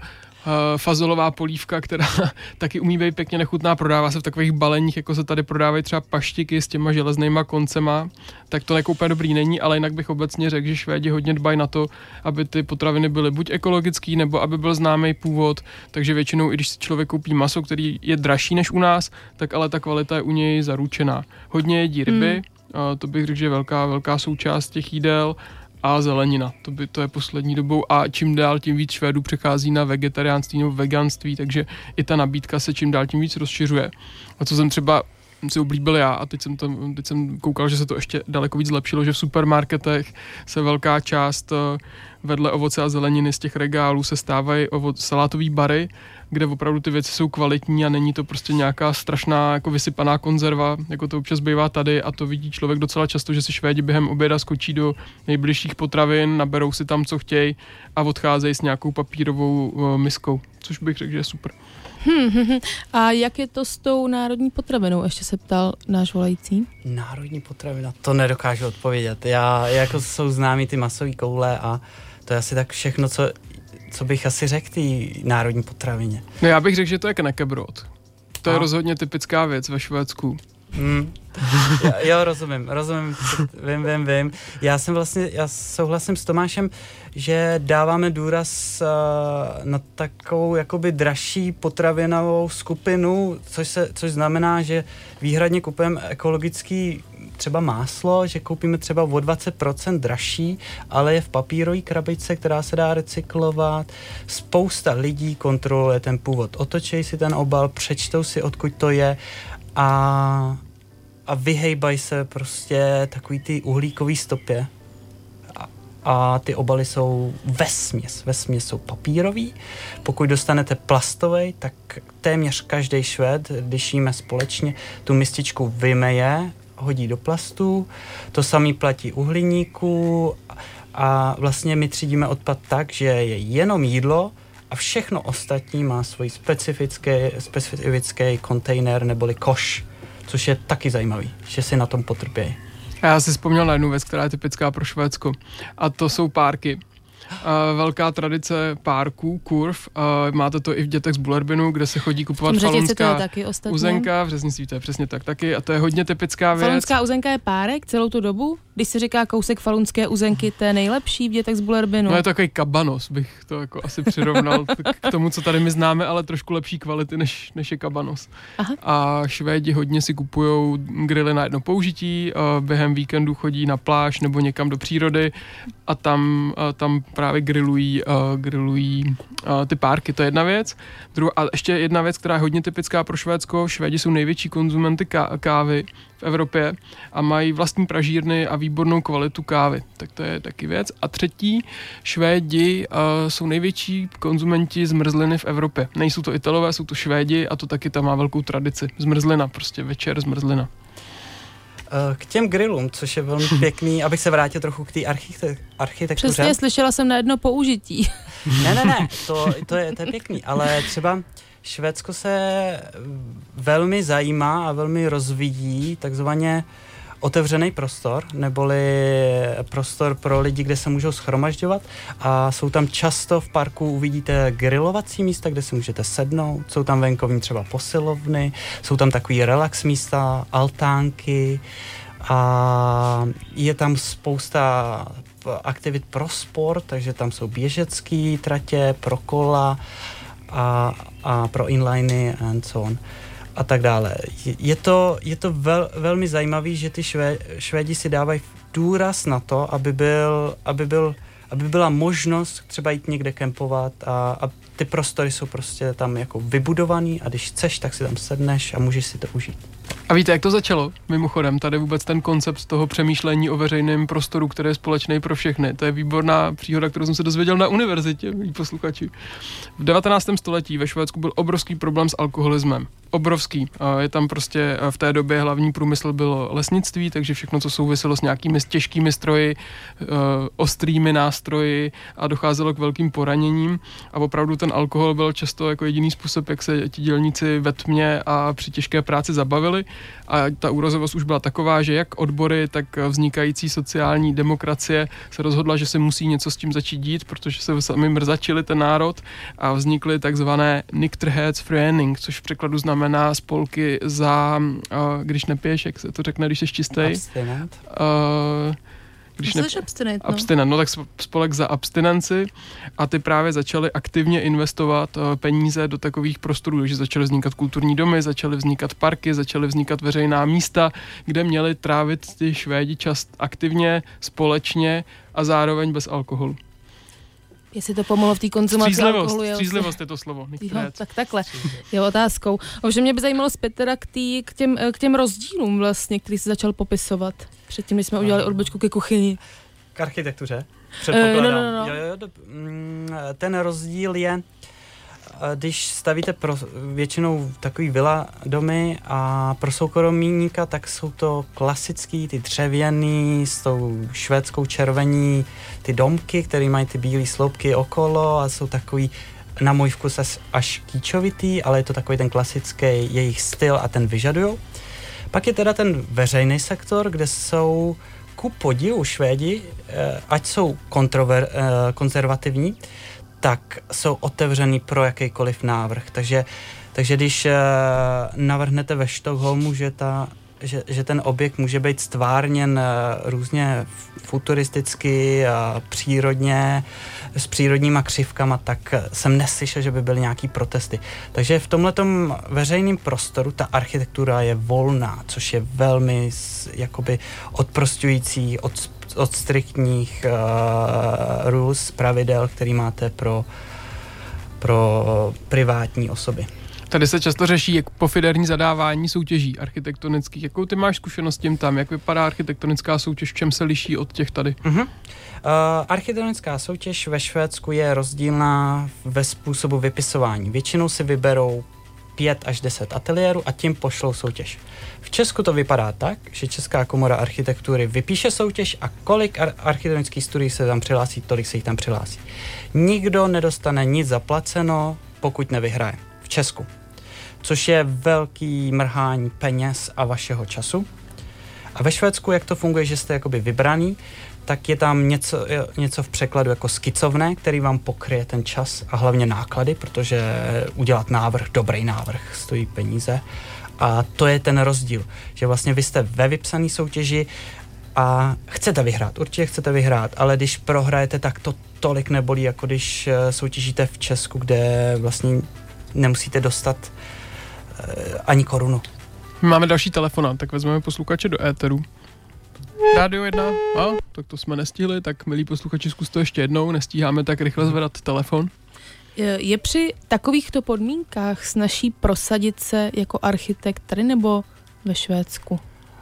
S2: fazolová polívka, která taky umí být pěkně nechutná, prodává se v takových baleních, jako se tady prodávají třeba paštiky s těma železnýma koncema, tak to jako úplně dobrý není, ale jinak bych obecně řekl, že Švédi hodně dbají na to, aby ty potraviny byly buď ekologický, nebo aby byl známý původ, takže většinou, i když si člověk koupí maso, který je dražší než u nás, tak ale ta kvalita je u něj zaručená. Hodně jedí ryby, hmm. a to bych řekl, že je velká, velká součást těch jídel, a zelenina, to, by, to je poslední dobou a čím dál tím víc Švédů přechází na vegetariánství nebo veganství, takže i ta nabídka se čím dál tím víc rozšiřuje. A co jsem třeba si oblíbil já a teď jsem, tam, teď jsem koukal, že se to ještě daleko víc zlepšilo, že v supermarketech se velká část vedle ovoce a zeleniny z těch regálů se stávají ovoc, salátový bary, kde opravdu ty věci jsou kvalitní a není to prostě nějaká strašná jako vysypaná konzerva, jako to občas bývá tady a to vidí člověk docela často, že si Švédi během oběda skočí do nejbližších potravin, naberou si tam, co chtějí a odcházejí s nějakou papírovou uh, miskou, což bych řekl, že je super.
S3: Hmm, hmm, hmm. A jak je to s tou národní potravinou? Ještě se ptal náš volající.
S8: Národní potravina, to nedokážu odpovědět. Já, jako jsou známí ty masové koule a to je asi tak všechno, co, co bych asi řekl té národní potravině.
S2: No já bych řekl, že to je knäckebrot. To
S8: a?
S2: je rozhodně typická věc ve Švédsku.
S8: Hmm. Jo, jo, rozumím, rozumím, vím, vím, vím. Já jsem vlastně, já souhlasím s Tomášem, že dáváme důraz uh, na takovou jakoby dražší potravinovou skupinu, což, se, což znamená, že výhradně kupujeme ekologický třeba máslo, že koupíme třeba o dvacet procent dražší, ale je v papírové krabičce, která se dá recyklovat. Spousta lidí kontroluje ten původ. Otočej si ten obal, přečtou si, odkud to je a, a vyhejbají se prostě takový ty uhlíkový stopě. A, a ty obaly jsou vesměs, vesměs jsou papírový. Pokud dostanete plastový, tak téměř každý Švéd, když jíme společně, tu mističku vymeje, hodí do plastu, to samý platí u hliníku a vlastně my třídíme odpad tak, že je jenom jídlo a všechno ostatní má svůj specifický, specifický kontejner neboli koš, což je taky zajímavý, že si na tom potrpějí.
S2: Já si vzpomněl na jednu věc, která je typická pro Švédsko a to jsou párky. Uh, velká tradice párků, kurv. Uh, máte to i v Dětech z Bullerbinu, kde se chodí kupovat falunská uzenka. V řeznictví to je přesně tak taky a to je hodně typická věc.
S3: Falunská uzenka je párek celou tu dobu? Když se říká kousek falunské uzenky, to je nejlepší v Dětech z Bullerbinu.
S2: No je to takový kabanos, bych to jako asi přirovnal k tomu, co tady my známe, ale trošku lepší kvality, než, než je kabanos. Aha. A Švédi hodně si kupujou grily na jedno použití, uh, během víkendu chodí na pláž nebo někam do přírody a tam, uh, tam právě grillují, uh, grillují uh, ty párky, to je jedna věc. Druhá, a ještě jedna věc, která je hodně typická pro Švédsko, Švédi jsou největší konzumenty ká- kávy v Evropě a mají vlastní pražírny a výbornou kvalitu kávy, tak to je taky věc. A třetí, Švédi uh, jsou největší konzumenti zmrzliny v Evropě. Nejsou to Italové, jsou to Švédi a to taky tam má velkou tradici. Zmrzlina, prostě večer zmrzlina.
S8: K těm grillům, což je velmi pěkný, abych se vrátil trochu k té archite- architektuře.
S3: Přesně, slyšela jsem na jedno použití.
S8: Ne, ne, ne, to, to, je, to je pěkný, ale třeba Švédsko se velmi zajímá a velmi rozvíjí takzvaně otevřený prostor, neboli prostor pro lidi, kde se můžou shromažďovat a jsou tam často v parku uvidíte grilovací místa, kde se můžete sednout, jsou tam venkovní třeba posilovny, jsou tam takový relax místa, altánky a je tam spousta aktivit pro sport, takže tam jsou běžecké tratě, pro kola a, a pro inliny and so on. A tak dále. Je to, je to vel, velmi zajímavé, že ty švé, Švédi si dávají důraz na to, aby, byl, aby, byl, aby byla možnost třeba jít někde kempovat a, a ty prostory jsou prostě tam jako vybudovaný a když chceš, tak si tam sedneš a můžeš si to užít.
S2: A víte, jak to začalo? Mimochodem, tady vůbec ten koncept toho přemýšlení o veřejném prostoru, který je společný pro všechny. To je výborná příhoda, kterou jsem se dozvěděl na univerzitě, milí posluchači. V devatenáctém století ve Švédsku byl obrovský problém s alkoholismem. Obrovský. Je tam prostě v té době hlavní průmysl bylo lesnictví, takže všechno, co souviselo s nějakými těžkými stroji, ostrými nástroji a docházelo k velkým poraněním. A opravdu ten alkohol byl často jako jediný způsob, jak se ti dělníci ve tmě a při těžké práci zabavili. a ta úrazovost už byla taková, že jak odbory, tak vznikající sociální demokracie se rozhodla, že se musí něco s tím začít dít, protože se sami mrzačili ten národ a vznikly takzvané Nykterhetsförening, což v překladu znamená spolky za, když nepiješ, jak se to řekne, když jsi čistej.
S8: Abstinent.
S2: Uh, Když
S3: ne... abstinent, no.
S2: abstinent, no tak spolek za abstinenci a ty právě začaly aktivně investovat uh, peníze do takových prostorů, že začaly vznikat kulturní domy, začaly vznikat parky, začaly vznikat veřejná místa, kde měli trávit ty Švédi čas aktivně, společně a zároveň bez alkoholu.
S3: Jestli to pomohlo v té konzumaci
S2: Střízlivost,
S3: alkoholu. Je
S2: střízlivost je to slovo.
S3: Jo, tak takhle je otázkou. Ovšem mě by zajímalo zpět teda k, tý, k, těm, k těm rozdílům vlastně, který se začal popisovat. Předtím, když jsme udělali odbočku ke kuchyni.
S8: K architektuře? Předpokládám.
S3: Uh, no, no, no.
S8: Jo, jo, do, mm, ten rozdíl je, když stavíte pro většinou takový vila domy a pro soukromníka, tak jsou to klasický, ty dřevěný s tou švédskou červení, ty domky, které mají ty bílé sloupky okolo a jsou takový na můj vkus až, až kýčovitý, ale je to takový ten klasický jejich styl a ten vyžadujou. Pak je teda ten veřejný sektor, kde jsou ku podivu Švédi, ať jsou kontrover, konzervativní, tak jsou otevřený pro jakýkoliv návrh. Takže, takže když navrhnete ve Stockholmu, že, ta, že, že ten objekt může být stvárněn různě futuristicky a přírodně, s přírodníma křivkama, tak jsem neslyšel, že by byly nějaký protesty. Takže v tomhletom veřejném prostoru ta architektura je volná, což je velmi jakoby odprostující od, od striktních uh, rules, pravidel, který máte pro, pro privátní osoby.
S2: Tady se často řeší jak pofiderní zadávání soutěží architektonických. Jakou ty máš zkušenost s tím tam? Jak vypadá architektonická soutěž? V čem se liší od těch tady?
S8: Uh-huh. Uh, architektonická soutěž ve Švédsku je rozdílná ve způsobu vypisování. Většinou si vyberou pět až deset ateliérů a tím pošlou soutěž. V Česku to vypadá tak, že Česká komora architektury vypíše soutěž a kolik ar- architektonických studií se tam přihlásí, tolik se jich tam přihlásí. Nikdo nedostane nic zaplaceno, pokud nevyhraje. V Česku. Což je velký mrhání peněz a vašeho času. A ve Švédsku, jak to funguje, že jste jakoby vybraný, tak je tam něco, něco v překladu jako skicovné, který vám pokryje ten čas a hlavně náklady, protože udělat návrh, dobrý návrh, stojí peníze. A to je ten rozdíl, že vlastně vy jste ve vypsané soutěži a chcete vyhrát, určitě chcete vyhrát, ale když prohrajete, tak to tolik nebolí, jako když soutěžíte v Česku, kde vlastně nemusíte dostat uh, ani korunu.
S2: Máme další telefonát, tak vezmeme posluchače do éteru. Rádio jedna, a tak to jsme nestihli, tak milí posluchači, zkus to ještě jednou, nestíháme tak rychle zvedat telefon.
S3: Je při takovýchto podmínkách snazší prosadit se jako architekt tady nebo ve Švédsku?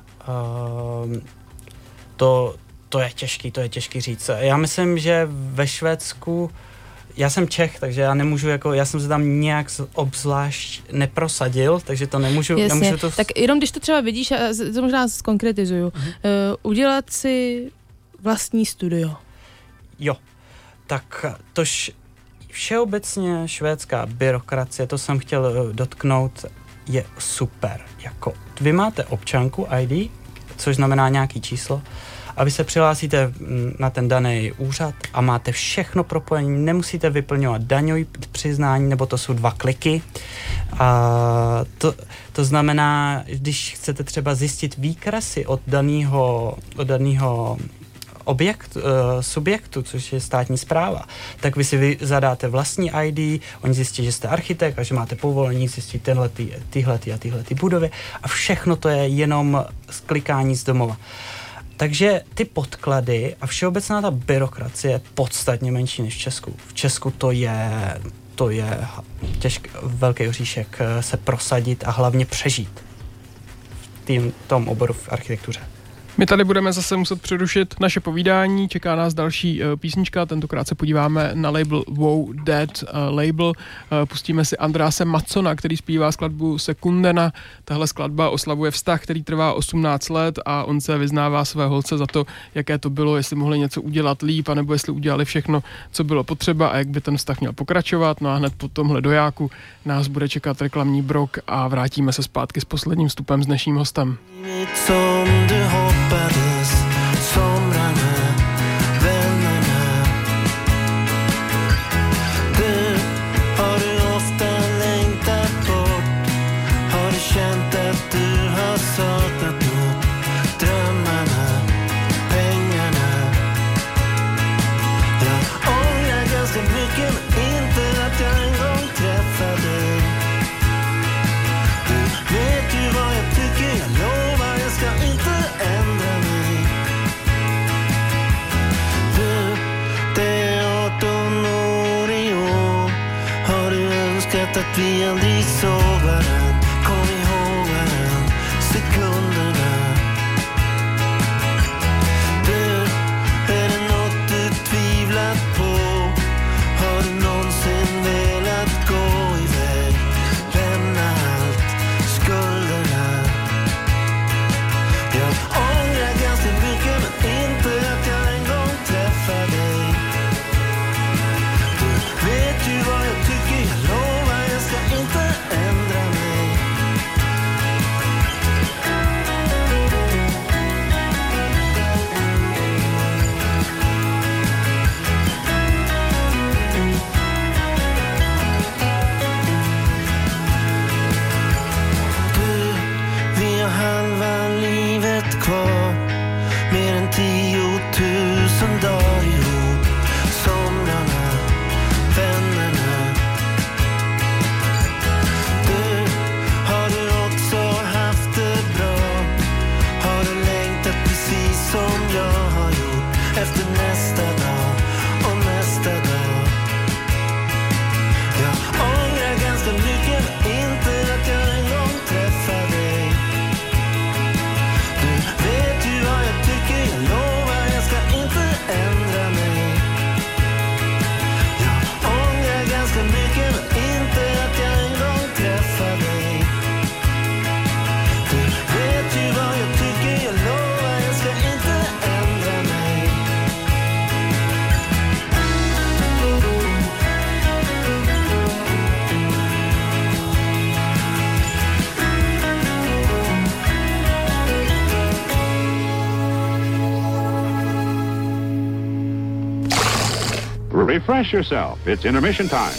S8: Uh, to, to je těžký, to je těžký říct. Já myslím, že ve Švédsku já jsem Čech, takže já nemůžu, jako, já jsem se tam nějak obzvlášť neprosadil, takže to nemůžu,
S3: Jasně.
S8: nemůžu to...
S3: Tak jenom když to třeba vidíš, a to možná zkonkretizuju, uh-huh. uh, udělat si vlastní studio.
S8: Jo, tak tož všeobecně švédská byrokracie, to jsem chtěl dotknout, je super. Jako, vy máte občanku I D, což znamená nějaký číslo, a vy se přihlásíte na ten daný úřad a máte všechno propojení, nemusíte vyplňovat daňový přiznání, nebo to jsou dva kliky. A to, to znamená, když chcete třeba zjistit výkresy od daného od daného objekt, uh, subjektu, což je státní správa, tak vy si vy zadáte vlastní I D, oni zjistí, že jste architekt a že máte povolení zjistit tyhle, ty, tyhle ty a tyhle ty budovy a všechno to je jenom klikání z domova. Takže ty podklady a všeobecná ta byrokracie je podstatně menší než v Česku. V Česku to je, to je těžký, velký oříšek se prosadit a hlavně přežít v tým, tom oboru v architektuře.
S2: My tady budeme zase muset přerušit naše povídání, čeká nás další uh, písnička, tentokrát se podíváme na label Wow Dead uh, label, uh, pustíme si Andrease Matsona, který zpívá skladbu Sekundena. Tahle skladba oslavuje vztah, který trvá osmnáct let a on se vyznává své holce za to, jaké to bylo, jestli mohli něco udělat líp, anebo jestli udělali všechno, co bylo potřeba a jak by ten vztah měl pokračovat. No a hned po tomhle dojáku nás bude čekat reklamní brok a vrátíme se zpátky s posledním vstupem s dnešním hostem.
S13: Som du hoppades, somrarna, vännerna. Du, har du ofta längtat bort? Har du känt att du har saknat något? Drömmarna, pengarna. Jag ångrar ganska mycket, men inte att jag en gång träffade dig. Du vet ju vad jag tycker, jag lovar jag ska inte ändra mig. Du, det är arton år i år. Har du önskat att vi aldrig såg varann? Kom ihåg varann, sekunderna. Du, är det något du tvivlat på? Har du någonsin velat gå iväg? Lämna allt, skulderna. Jag ångrar ganska mycket, men inte att jag en gång träffade dig. Du vet ju vad jag tycker, jag lovar jag ska inte ändra mig. Du, vi har halva livet kvar. Mer än tiotusen dagar ihop. Somrarna, vännerna. Du, har du också haft det bra? Har du längtat precis som jag har gjort? Efter nästa dag och nästa dag. Jag ångrar ganska mycket, men inte att jag en gång träffade dig. Du vet ju vad jag tycker, jag lovar jag ska inte ändra mig. Jag ångrar ganska mycket, men inte att jag en gång träffade dig. Du vet ju vad jag tycker, jag lovar jag ska inte ändra mig.
S14: Refresh yourself. It's intermission time.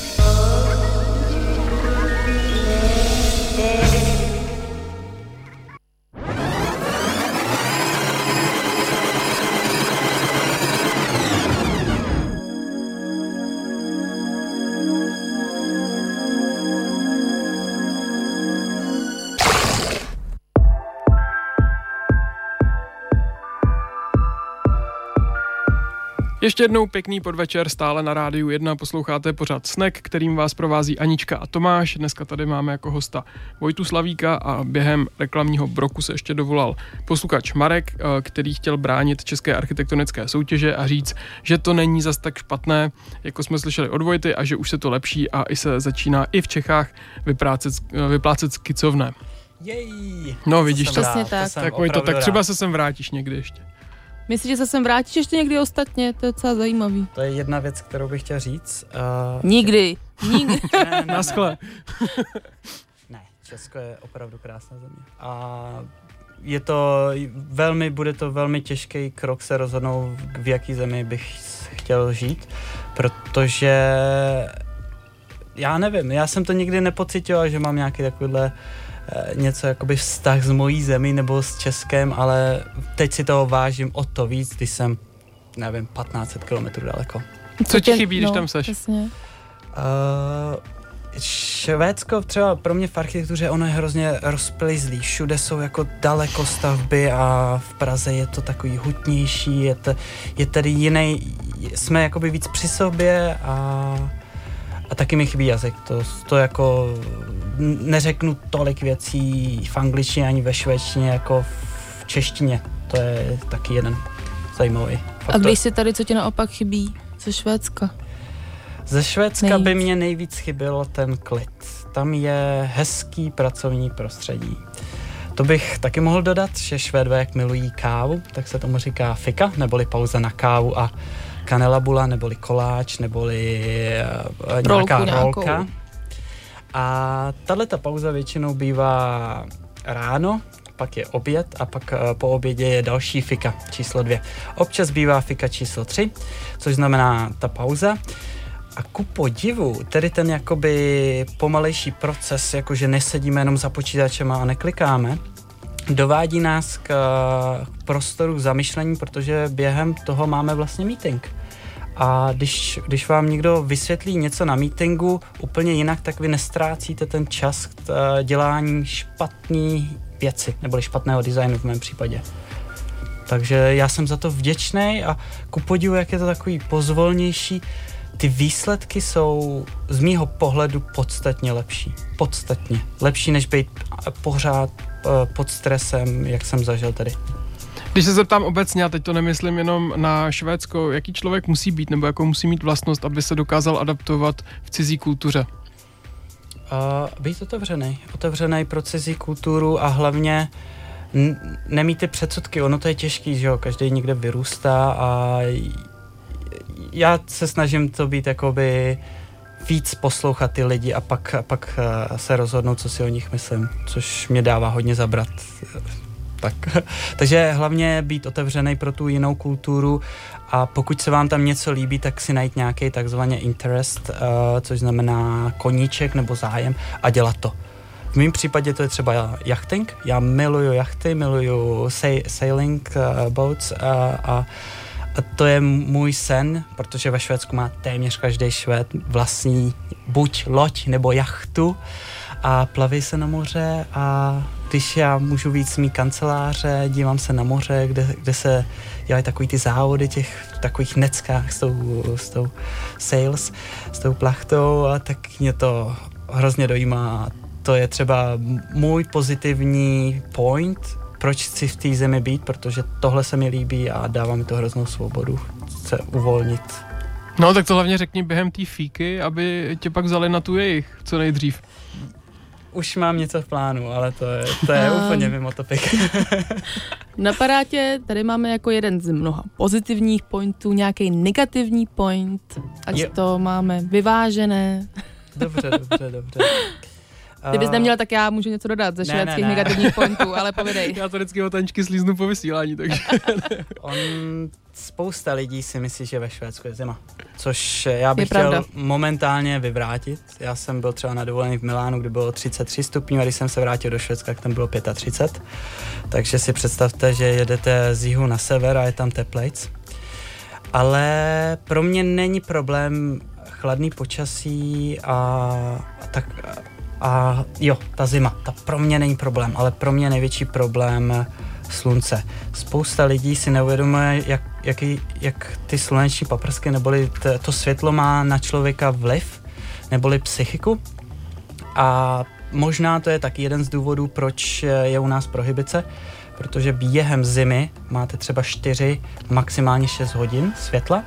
S2: Ještě jednou pěkný podvečer, stále na rádiu jedna posloucháte pořad Snack, kterým vás provází Anička a Tomáš. Dneska tady máme jako hosta Vojtu Slavíka a během reklamního broku se ještě dovolal posluchač Marek, který chtěl bránit české architektonické soutěže a říct, že to není zas tak špatné, jako jsme slyšeli od Vojty, a že už se to lepší a i se začíná i v Čechách vyplácet, vyplácet skicovné.
S8: Jej!
S2: No vidíš, to,
S3: Přesně tak.
S2: tak, Vojto, tak třeba se sem vrátíš někdy ještě.
S3: Myslíš, že se sem vrátíš ještě někdy ostatně? To je docela zajímavý.
S8: To je jedna věc, kterou bych chtěl říct. Uh,
S3: Nikdy. Nikdy.
S8: ne, ne, ne,
S2: Naschle.
S8: Ne, Česko je opravdu krásná země. A je to velmi, bude to velmi těžký krok se rozhodnout, v jaký zemi bych chtěl žít, protože já nevím, já jsem to nikdy nepocitoval, že mám nějaký takovýhle něco jakoby vztah s mojí zemí nebo s Českem, ale teď si toho vážím o to víc, když jsem, nevím, patnáct set kilometrů daleko.
S2: Co ti chybí, když no, tam seš?
S3: Přesně.
S8: Uh, Švédsko třeba pro mě v architektuře, ono je hrozně rozplizlý, všude jsou jako daleko stavby a v Praze je to takový hutnější, je, to, je tady jiný, jsme jakoby víc při sobě a, a taky mi chybí jazyk, to, to jako neřeknu tolik věcí v angličtině ani ve švédštině jako v češtině. To to je taky jeden zajímavý faktor.
S3: A když si tady, co ti naopak chybí ze Švédska?
S8: Ze Švédska
S3: nejvíc.
S8: by mě nejvíc chybělo ten klid. Tam je hezký pracovní prostředí. To bych taky mohl dodat, že Švédové, jak milují kávu, tak se tomu říká fika, neboli pauza na kávu a kanelabula, neboli koláč, neboli uh, nějaká
S3: Rolku
S8: rolka.
S3: nějakou.
S8: A tahleta pauza většinou bývá ráno, pak je oběd a pak uh, po obědě je další fika číslo dvě. Občas bývá fika číslo tři, což znamená ta pauza. A ku podivu, tedy ten jakoby pomalejší proces, jakože nesedíme jenom za počítačem a neklikáme, dovádí nás k prostoru zamyšlení, protože během toho máme vlastně meeting. A když, když vám někdo vysvětlí něco na meetingu úplně jinak, tak vy nestrácíte ten čas k dělání špatné věci, neboli špatného designu v mém případě. Takže já jsem za to vděčný a ku podivu, jak je to takový pozvolnější, ty výsledky jsou z mýho pohledu podstatně lepší. Podstatně. Lepší, než být pořád pod stresem, jak jsem zažil tady.
S2: Když se zeptám obecně, a teď to nemyslím jenom na Švédsko, jaký člověk musí být, nebo jakou musí mít vlastnost, aby se dokázal adaptovat v cizí kultuře?
S8: Uh, být otevřený. Otevřený pro cizí kulturu a hlavně n- nemít ty předsudky. Ono to je těžký, že jo? Každý někde vyrůstá a já se snažím to být jakoby víc poslouchat ty lidi a pak, a pak se rozhodnout, co si o nich myslím, což mě dává hodně zabrat. Tak. Takže hlavně být otevřený pro tu jinou kulturu a pokud se vám tam něco líbí, tak si najít nějaký takzvaný interest, uh, což znamená koníček nebo zájem a dělat to. V mém případě to je třeba jachting. Já miluju jachty, miluju sailing uh, boats uh, a A to je můj sen, protože ve Švédsku má téměř každý Švéd vlastní buď loď nebo jachtu a plaví se na moře a když já můžu víc z mý kanceláře, dívám se na moře, kde, kde se dělají takový ty závody těch takových neckách s tou, s tou sails, s tou plachtou a tak mě to hrozně dojímá. To je třeba můj pozitivní point, proč chci v té zemi být, protože tohle se mi líbí a dává mi to hroznou svobodu se uvolnit.
S2: No tak to hlavně řekni během té fíky, aby tě pak vzali na tu jejich co nejdřív.
S8: Už mám něco v plánu, ale to je, to je úplně mimo topik.
S3: Napadá tě, tady máme jako jeden z mnoha pozitivních pointů, nějaký negativní point, ať
S8: Jo.
S3: to máme vyvážené.
S8: Dobře, dobře, dobře.
S3: Kdybys neměl, tak já můžu něco dodat ze
S8: Ne,
S3: švédských
S8: ne, ne.
S3: negativních pointů, ale povědej.
S2: Já to vždycky otančky slíznu po vysílání, takže...
S8: On, spousta lidí si myslí, že ve Švédsku je zima, což já bych
S3: Je
S8: chtěl
S3: pravda.
S8: momentálně vyvrátit. Já jsem byl třeba na dovolený v Milánu, kde bylo třicet tři stupňů a když jsem se vrátil do Švédska, tak tam bylo třicet pět. Takže si představte, že jedete z jihu na sever a je tam teplejc. Ale pro mě není problém chladný počasí a, a tak... A jo, ta zima, ta pro mě není problém, ale pro mě největší problém slunce. Spousta lidí si neuvědomuje, jak, jaký, jak ty sluneční paprsky neboli t, to světlo má na člověka vliv, neboli psychiku. A možná to je taky jeden z důvodů, proč je u nás prohibice, protože během zimy máte třeba čtyři, maximálně šest hodin světla.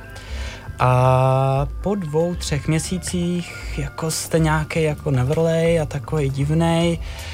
S8: A po dvou, třech měsících jako jste nějaký jako nevrlej a takový divnej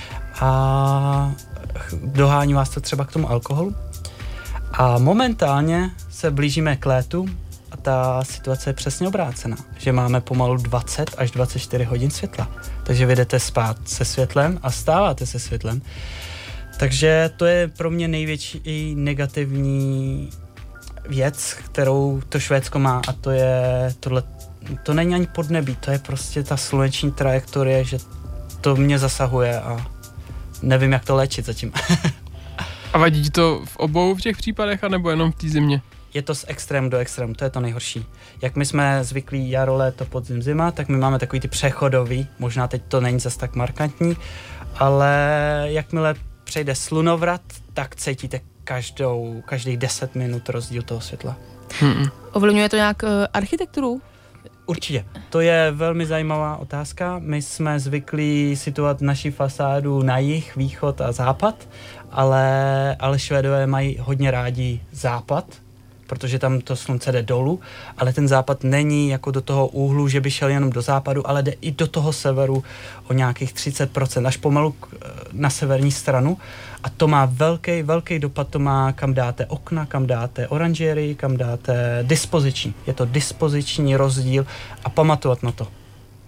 S8: a dohání vás to třeba k tomu alkoholu. A momentálně se blížíme k létu a ta situace je přesně obrácená, že máme pomalu dvacet až dvacet čtyři hodin světla. Takže vy jdete spát se světlem a stáváte se světlem. Takže to je pro mě největší negativní věc, kterou to Švédsko má a to je tohle, to není ani podnebí, to je prostě ta sluneční trajektorie, že to mě zasahuje a nevím, jak to léčit zatím.
S2: A vadí ti to v obou v těch případech, anebo jenom v té zimě?
S8: Je to z extrému do extrému, to je to nejhorší. Jak my jsme zvyklí jaro, léto, podzim, zima, tak my máme takový ty přechodový, možná teď to není zas tak markantní, ale jakmile přejde slunovrat, tak cítíte každou, každých deset minut rozdíl toho světla.
S2: Hmm.
S3: Ovlivňuje to nějak uh, architekturu?
S8: Určitě. To je velmi zajímavá otázka. My jsme zvyklí situovat naši fasádu na jih, východ a západ, ale, ale Švédové mají hodně rádi západ, protože tam to slunce jde dolů, ale ten západ není jako do toho úhlu, že by šel jenom do západu, ale jde i do toho severu o nějakých třicet procent, až pomalu na severní stranu. A to má velký, velký dopad, to má, kam dáte okna, kam dáte oranžérii, kam dáte dispoziční. Je to dispoziční rozdíl a pamatovat na to.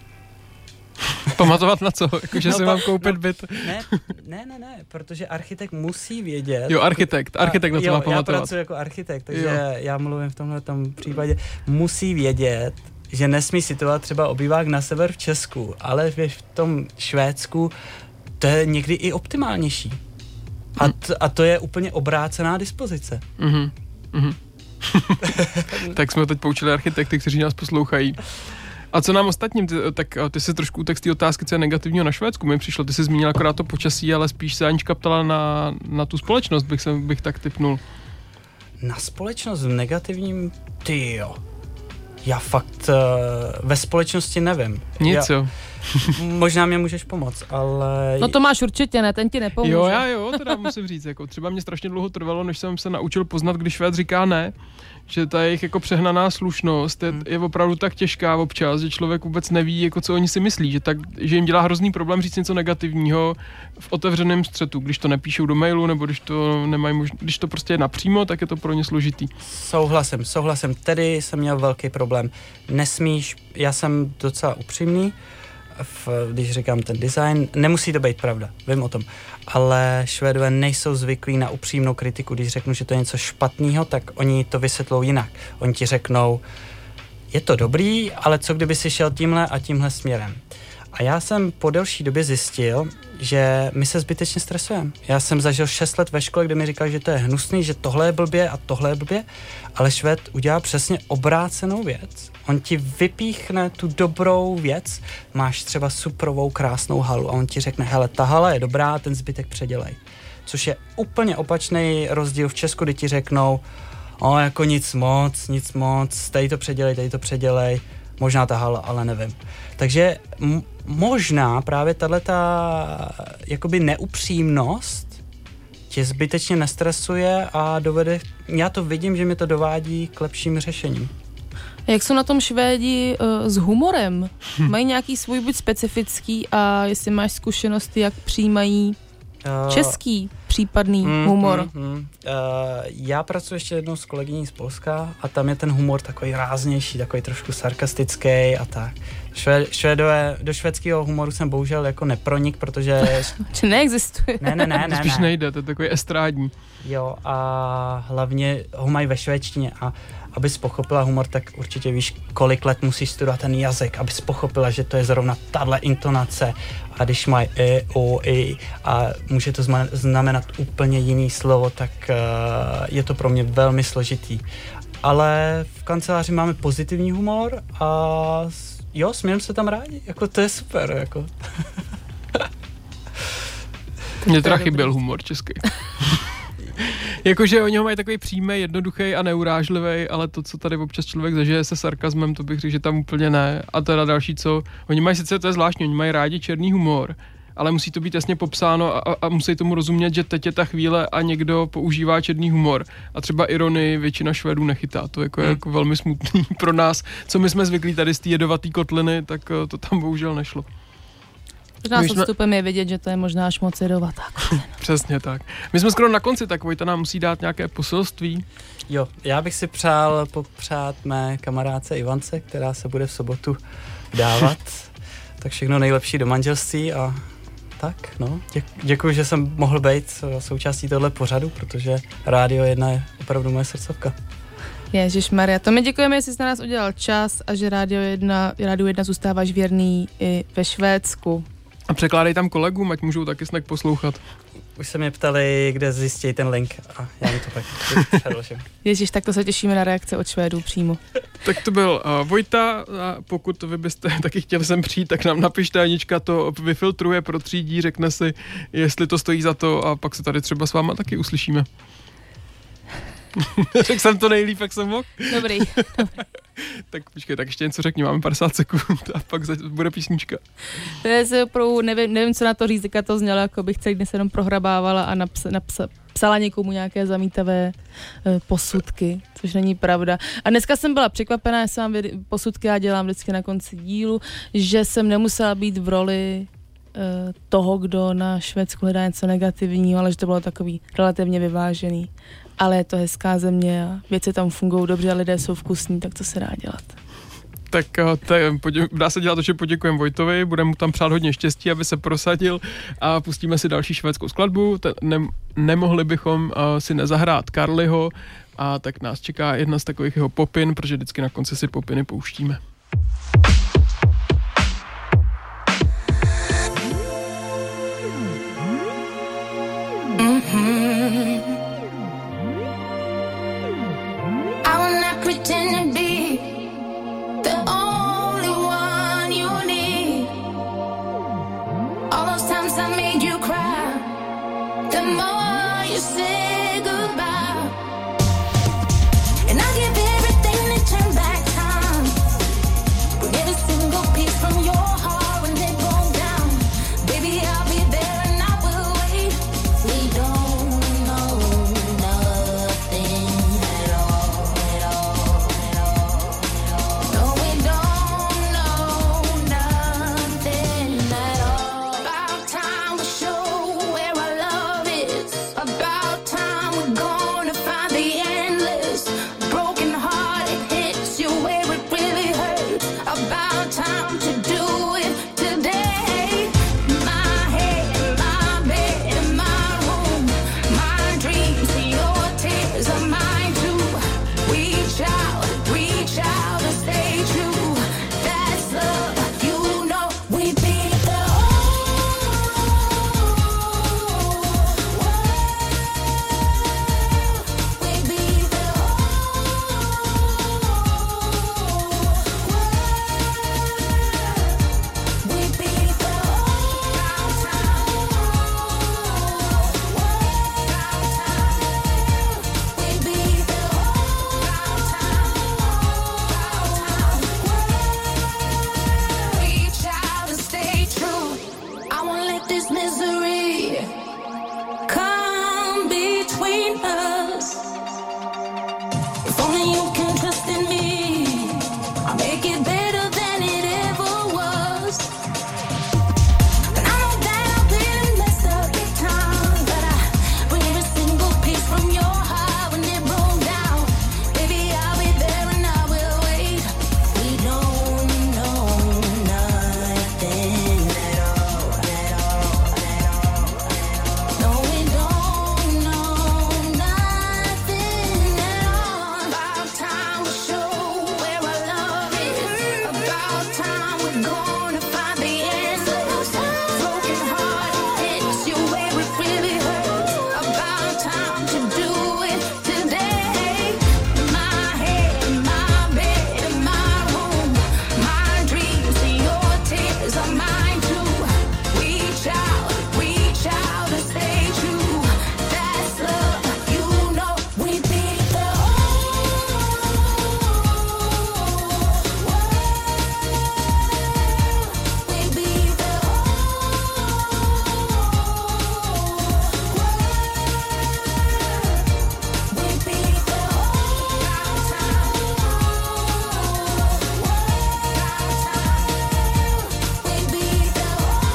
S2: Pamatovat na co? Jako, že
S8: no,
S2: si
S8: pa,
S2: mám koupit
S8: no,
S2: byt?
S8: Ne, ne, ne, ne, protože architekt musí vědět.
S2: Jo, architekt, architekt na co
S8: jo,
S2: má pamatovat.
S8: Já pracuji jako architekt, takže
S2: jo.
S8: já mluvím v tomhle tom případě. Musí vědět, že nesmí situovat třeba obývák na sever v Česku, ale v tom Švédsku to je někdy i optimálnější. A, t, a to je úplně obrácená dispozice.
S2: Mhm, mhm. Tak jsme teď poučili architekty, kteří nás poslouchají. A co nám ostatním? Ty, tak ty jsi trošku utek z té otázky, co je negativního na Švédsku. Mi přišlo, ty jsi zmínil akorát to počasí, ale spíš se Anička ptala na, na tu společnost, bych, se, bych tak tipnul.
S8: Na společnost v negativním? Ty jo. Já fakt uh, ve společnosti nevím.
S2: Nic,
S8: já,
S2: jo.
S8: Možná mě můžeš pomoct, ale...
S3: No to máš určitě, ne, ten ti nepomůže.
S2: Jo, já jo, teda musím říct, jako třeba mě strašně dlouho trvalo, než jsem se naučil poznat, když Švéd říká ne, že ta jejich jako přehnaná slušnost je, je opravdu tak těžká občas, že člověk vůbec neví, jako co oni si myslí, že, tak, že jim dělá hrozný problém říct něco negativního v otevřeném střetu, když to nepíšou do mailu, nebo když to nemají možnost, když to prostě je napřímo, tak je to pro ně složitý.
S8: Souhlasím, souhlasím, tedy jsem měl velký problém. Nesmíš, já jsem docela upřímný, v, když říkám ten design, nemusí to být pravda, vím o tom, ale Švédové nejsou zvyklí na upřímnou kritiku. Když řeknu, že to je něco špatného, tak oni to vysvětlou jinak. Oni ti řeknou, je to dobrý, ale co kdyby si šel tímhle a tímhle směrem. A já jsem po delší době zjistil, že my se zbytečně stresujeme. Já jsem zažil šest let ve škole, kde mi říkali, že to je hnusný, že tohle je blbě a tohle je blbě, ale Švéd udělá přesně obrácenou věc. On ti vypíchne tu dobrou věc, máš třeba suprovou krásnou halu a on ti řekne, hele, ta hala je dobrá, ten zbytek předělej. Což je úplně opačný rozdíl v Česku, kdy ti řeknou, o, jako nic moc, nic moc, tady to předělej, tady to předělej, možná ta hala, ale nevím. Takže m- možná právě tahleta jakoby neupřímnost tě zbytečně nestresuje a dovede, já to vidím, že mi to dovádí k lepším řešením.
S3: Jak jsou na tom Švédi uh, s humorem? Hm. Mají nějaký svůj buď specifický a jestli máš zkušenosti, jak přijímají uh, český případný
S8: mm,
S3: humor?
S8: Mm, mm. Uh, já pracuji ještě jednou s kolegyní z Polska a tam je ten humor takový ráznější, takový trošku sarkastický a tak. Švé, švédové, do švédského humoru jsem bohužel jako nepronik, protože...
S3: Že neexistuje.
S8: Ne, ne, ne, ne.
S2: Spíš
S8: ne.
S2: nejde, to je takový estrádní.
S8: Jo, a hlavně ho mají ve švédštině a abys pochopila humor, tak určitě víš, kolik let musíš studovat ten jazyk, abys pochopila, že to je zrovna tahle intonace a když mají i, o, i a může to znamenat úplně jiný slovo, tak uh, je to pro mě velmi složitý. Ale v kanceláři máme pozitivní humor a jo, smějeme se tam rádi, jako to je super, jako.
S2: Mně teda chyběl humor český. Jakože oni ho mají takový přímý, jednoduchý a neurážlivý, ale to, co tady občas člověk zažije se sarkazmem, to bych řekl, že tam úplně ne. A teda další, co, oni mají sice, to je zvláštní, oni mají rádi černý humor, ale musí to být jasně popsáno a, a musí tomu rozumět, že teď je ta chvíle a někdo používá černý humor. A třeba ironii většina Švédů nechytá, to jako je jako velmi smutný pro nás, co my jsme zvyklí tady z té jedovatý kotliny, tak to tam bohužel nešlo.
S3: Možná s odstupem je vidět, že to je možná až moc jedovatá.
S2: Přesně tak. My jsme skoro na konci, tak Vojta nám musí dát nějaké poselství.
S8: Jo, já bych si přál popřát mé kamarádce Ivance, která se bude v sobotu dávat. Tak všechno nejlepší do manželství a tak, no. Děk, děkuji, že jsem mohl být součástí tohle pořadu, protože Rádio jedna je opravdu moje srdcovka.
S3: Ježišmarja, to my děkujeme, jestli jsi na nás udělal čas a že Rádio jedna, Rádio jedna zůstáváš věrný i ve Švédsku.
S2: A překládej tam kolegům, ať můžou taky snad poslouchat.
S8: Už se mě ptali, kde zjistí ten link a já mi to pak předložím.
S3: Ježiš, tak to se těšíme na reakce od Švédů přímo.
S2: Tak to byl uh, Vojta, a pokud vy byste taky chtěli sem přijít, tak nám napište, Anička to vyfiltruje, protřídí, řekne si, jestli to stojí za to a pak se tady třeba s váma taky uslyšíme. Řekl jsem to nejlíp, jak jsem mohl.
S3: Dobrý.
S2: Tak počkej, tak ještě něco řekni, máme padesát sekund a pak bude písnička.
S3: To je se opravdu, nevím, nevím, co na to říct, to znělo, jako bych celý dnes jenom prohrabávala a naps, naps, psala někomu nějaké zamítavé e, posudky, což není pravda. A dneska jsem byla překvapená, já jsem vám posudky já dělám vždycky na konci dílu, že jsem nemusela být v roli e, toho, kdo na Švédsku hledá něco negativního, ale že to bylo takový relativně vyvážený. Ale je to hezká země a věci tam fungují dobře a lidé jsou vkusní, tak co se dá dělat?
S2: Tak to je, dá se dělat to, že poděkujeme Vojtovi, budeme mu tam přát hodně štěstí, aby se prosadil a pustíme si další švédskou skladbu. Ten, ne, nemohli bychom uh, si nezahrát Karliho a tak nás čeká jedna z takových jeho popin, protože vždycky na konci si popiny pouštíme.
S10: Mm-hmm. I will not pretend to be the only one you need. All those times I made you cry, the more you say goodbye. And I give everything to turn back time. Bring every single piece from your heart when they broke down. Baby, I'll be there and I will wait. We don't know nothing at all, at all, at all. No, we don't know nothing at all. About time we show where our love is. About time we're gonna find the endless. Broken heart, it hits you where it really hurts. About time to do it today. My head, my bed, and my room. My dreams, your tears are mine too. Reach out, reach out and stay true. That's love, you know we beat the we beat the we beat the we beat the reach out and stay true. I won't let this misery come between us. If only you can trust in me, I'll make it better than it ever was. And I know that I've been messed up big time, but I bring every single piece from your heart when it broke down. Baby, I'll be there and I will wait. We don't know nothing at all, at all, at all. No, we don't know nothing at all. About time we show where our love is. About time we're gonna find the answers. Broken heart hits you where it really hurts. About time to do it today. My head, my bed, and my room. My dreams and your tears are mine too. Reach out, reach out and stay true. That's love, you know we beat the we beat the we beat the we beat the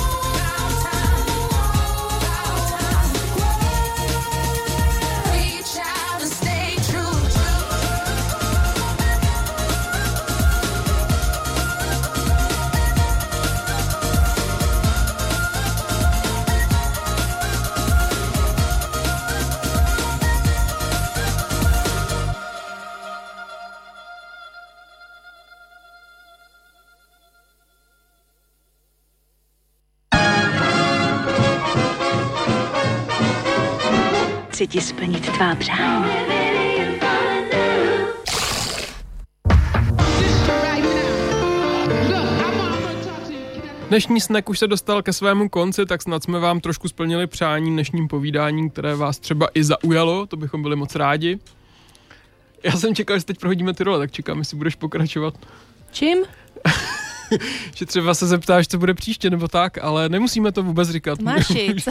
S10: reach out and stay true.
S11: Chci ti splnit tvá přání.
S2: Dnešní snack už se dostal ke svému konci, tak snad jsme vám trošku splnili přání dnešním povídáním, které vás třeba i zaujalo, to bychom byli moc rádi. Já jsem čekal, že teď prohodíme ty role, tak čekám, jestli budeš pokračovat.
S3: Čím?
S2: Že třeba se zeptáš, co bude příště, nebo tak, ale nemusíme to vůbec říkat.
S3: Máš jít.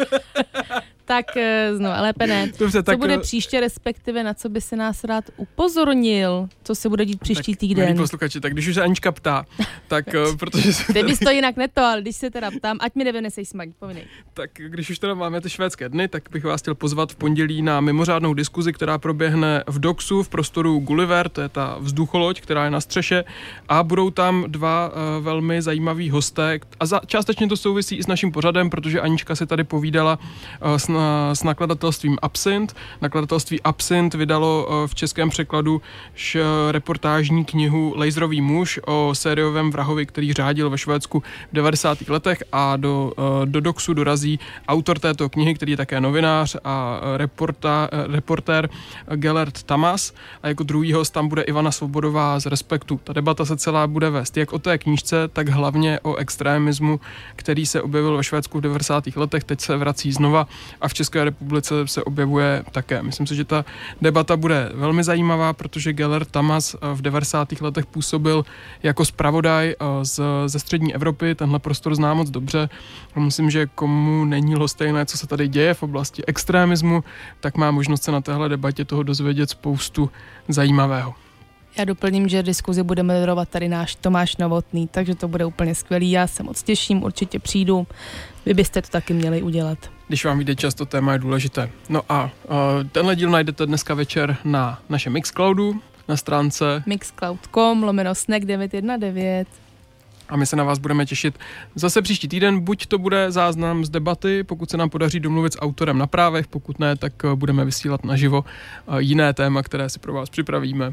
S3: Tak no, lépe ne.
S2: Dobře,
S3: co
S2: tak,
S3: bude příště, respektive na co by se nás rád upozornil, co se bude dít příští
S2: tak,
S3: týden.
S2: Milí posluchači, tak když už se Anička ptá, tak protože... Se
S3: Kde bys to jinak neto, ale když se teda ptám, ať mi nevynesej smak, povinej.
S2: Tak když už teda máme ty švédské dny, tak bych vás chtěl pozvat v pondělí na mimořádnou diskuzi, která proběhne v Doxu v prostoru Gulliver, to je ta vzducholoď, která je na střeše, a budou tam dva uh, velmi zajímaví hosté a za, částečně to souvisí i s naším pořadem, protože Anička se tady povídala uh, s, na, s nakladatelstvím Absint. Nakladatelství Absint vydalo uh, v českém překladu š, reportážní knihu Laserový muž o sériovém vrahovi, který řádil ve Švédsku v devadesátých letech, a do, uh, do Doxu dorazí autor této knihy, který je také novinář a reporta, reportér Gellert Tamas, a jako druhý host tam bude Ivana Svobodová z Respektu. Ta debata se celá bude vést jak o té knížce, tak hlavně o extrémismu, který se objevil ve Švédsku v devadesátých letech, teď se vrací znova a v České republice se objevuje také. Myslím si, že ta debata bude velmi zajímavá, protože Gellert Tamas v devadesátých letech působil jako zpravodaj z, ze střední Evropy, tenhle prostor zná moc dobře. Myslím, že komu není lhostejné, co se tady děje v oblasti extrémismu, tak má možnost se na téhle debatě toho dozvědět spoustu zajímavého.
S3: Já doplním, že diskuzi bude moderovat tady náš Tomáš Novotný, takže to bude úplně skvělý. Já se moc těším, určitě přijdu. Vy byste to taky měli udělat.
S2: Když vám vyjde čas, to téma je důležité. No a uh, tenhle díl najdete dneska večer na našem Mixcloudu, na stránce
S3: mixcloud tečka com lomeno snack devět jedna devět.
S2: A my se na vás budeme těšit zase příští týden. Buď to bude záznam z debaty, pokud se nám podaří domluvit s autorem na právech, pokud ne, tak budeme vysílat naživo jiné téma, které si pro vás připravíme.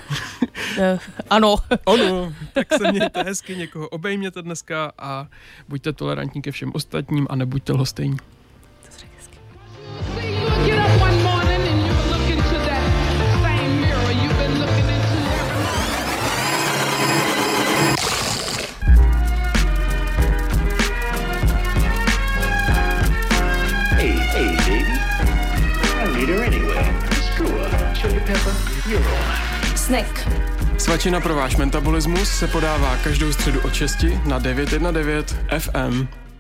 S3: Ano.
S2: Ano, tak se mějte hezky, někoho obejměte dneska a buďte tolerantní ke všem ostatním a nebuďte lhostejní.
S1: Snack.
S2: Svačina pro váš metabolismus se podává každou středu od šesti na devět jedna devět F M.